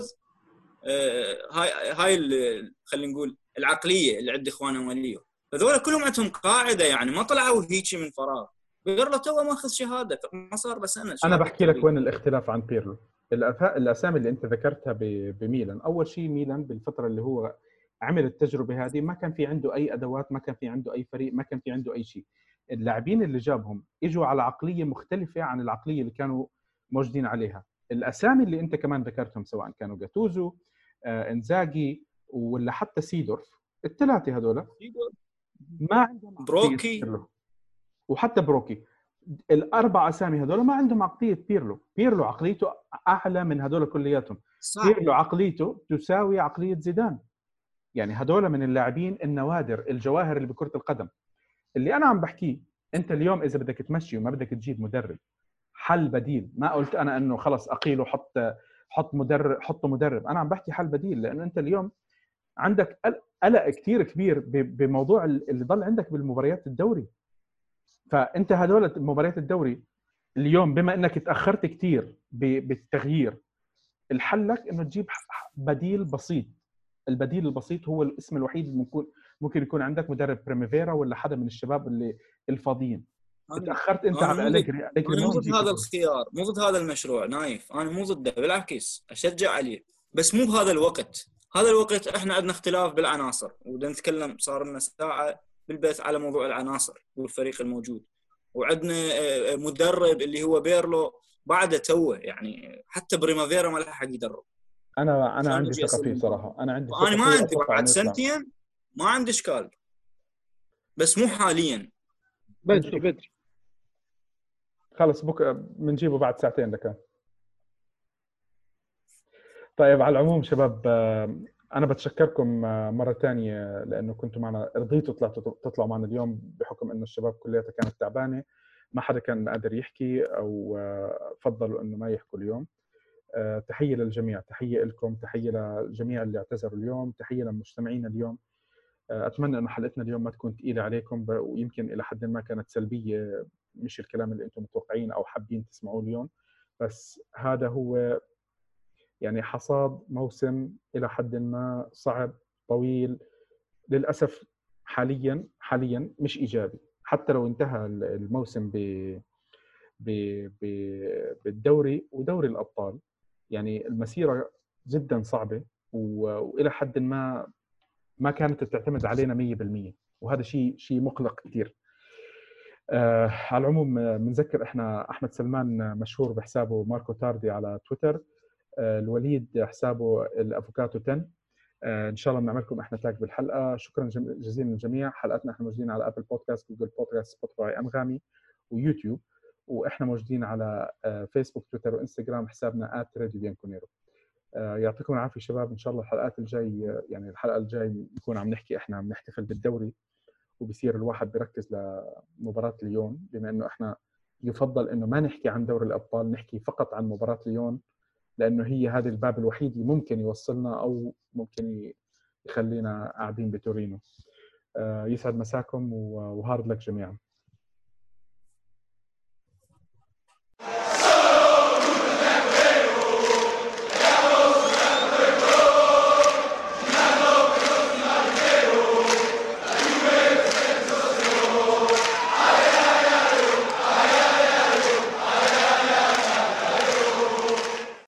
هاي خلينا نقول العقليه اللي عند اخواننا ماليو. فذول كلهم عندهم قاعده، يعني ما طلعوا هيك من فراغ. بيرلو تو ماخذ شهاده، ما صار له سنه. انا بحكي لك وين الاختلاف عن بيرلو. الاسامي اللي انت ذكرتها بميلان، اول شيء ميلان بالفتره اللي هو عمل التجربه هذه ما كان في عنده اي ادوات، ما كان في عنده اي فريق، ما كان في عنده اي شيء. اللاعبين اللي جابهم اجوا على عقليه مختلفه عن العقليه اللي كانوا موجودين عليها. الاسامي اللي انت كمان ذكرتهم سواء كانوا جاتوزو، انزاغي، ولا حتى سيدورف، الثلاثه هذول ما عندهم بروكي وحتى بروكي. الاربع اسامي هذول ما عندهم عقليه بيرلو. بيرلو عقليته اعلى من هذول كلياتهم. بيرلو عقليته تساوي عقليه زيدان. يعني هذول من اللاعبين النوادر، الجواهر اللي بكره القدم. اللي انا عم بحكيه، انت اليوم اذا بدك تمشي وما بدك تجيب مدرب حل بديل، ما قلت انا انه خلص اقيله حط مدرب، حطه مدرب. انا عم بحكي حل بديل، لانه انت اليوم عندك قلق كثير كبير بموضوع اللي ضل عندك بالمباريات الدوري. فانت هذول مباريات الدوري اليوم بما انك تاخرت كثير بالتغيير، الحل لك انه تجيب بديل بسيط. البديل البسيط هو الاسم الوحيد اللي ممكن يكون عندك مدرب بريميفيرا ولا حدا من الشباب اللي الفاضيين. تاخرت انت على أليجري انا مو ضد هذا الخيار، مو ضد هذا المشروع نايف، انا مو ضده، بالعكس اشجع عليه، بس مو بهذا الوقت. هذا الوقت احنا عندنا اختلاف بالعناصر، وبدنا نتكلم صار لنا ساعه بالبث على موضوع العناصر والفريق الموجود، وعندنا مدرب اللي هو بيرلو بعده توه، يعني حتى بريمافيرا ما لحق يدرب. انا عندي ثقه فيه صراحه، انا عندي ثقه انا ما فيه عندي بعد سنتين ما عندي اشكال، بس مو حاليا. بدري خلص بكره بنجيبه بعد ساعتين لكان. طيب على العموم شباب، انا بتشكركم مره ثانيه لانه كنتوا معنا، رضيتوا تطلعوا معنا اليوم بحكم انه الشباب كلها كانت تعبانه، ما حدا كان قادر يحكي او فضلوا انه ما يحكوا اليوم. تحيه للجميع، تحيه لكم، تحيه للجميع اللي اعتذروا اليوم، تحيه للمستمعين اليوم. اتمنى انه حلقتنا اليوم ما تكون ثقيله عليكم، ويمكن الى حد ما كانت سلبيه، مش الكلام اللي انتم متوقعين او حابين تسمعوه اليوم، بس هذا هو يعني حصاد موسم الى حد ما صعب طويل للاسف. حاليا مش ايجابي، حتى لو انتهى الموسم بالدوري ودوري الابطال، يعني المسيره جدا صعبه، والى حد ما كانت تعتمد علينا 100%، وهذا شيء مقلق كثير. على العموم بنذكر احنا احمد سلمان مشهور بحسابه ماركو تاردي على تويتر، الوليد حسابه الافوكاتو 10. ان شاء الله بنعمل لكم احنا تاج بالحلقه. شكرا جزيلا للجميع. حلقتنا احنا موجودين على ابل بودكاست، جوجل بودكاست، سبوتيفاي، انغامي، ويوتيوب، واحنا موجودين على فيسبوك، تويتر، وانستغرام، حسابنا @radiobianconero. يعطيكم العافيه شباب. ان شاء الله الحلقات الجاي، يعني الحلقه الجاي نكون عم نحكي، احنا عم نحتفل بالدوري، وبصير الواحد بركز لمباراه ليون، بما انه احنا يفضل انه ما نحكي عن دوري الابطال، نحكي فقط عن مباراه ليون، لانه هي هذا الباب الوحيد اللي ممكن يوصلنا او ممكن يخلينا قاعدين بتورينو. يسعد مساكم وهارد لك جميعا.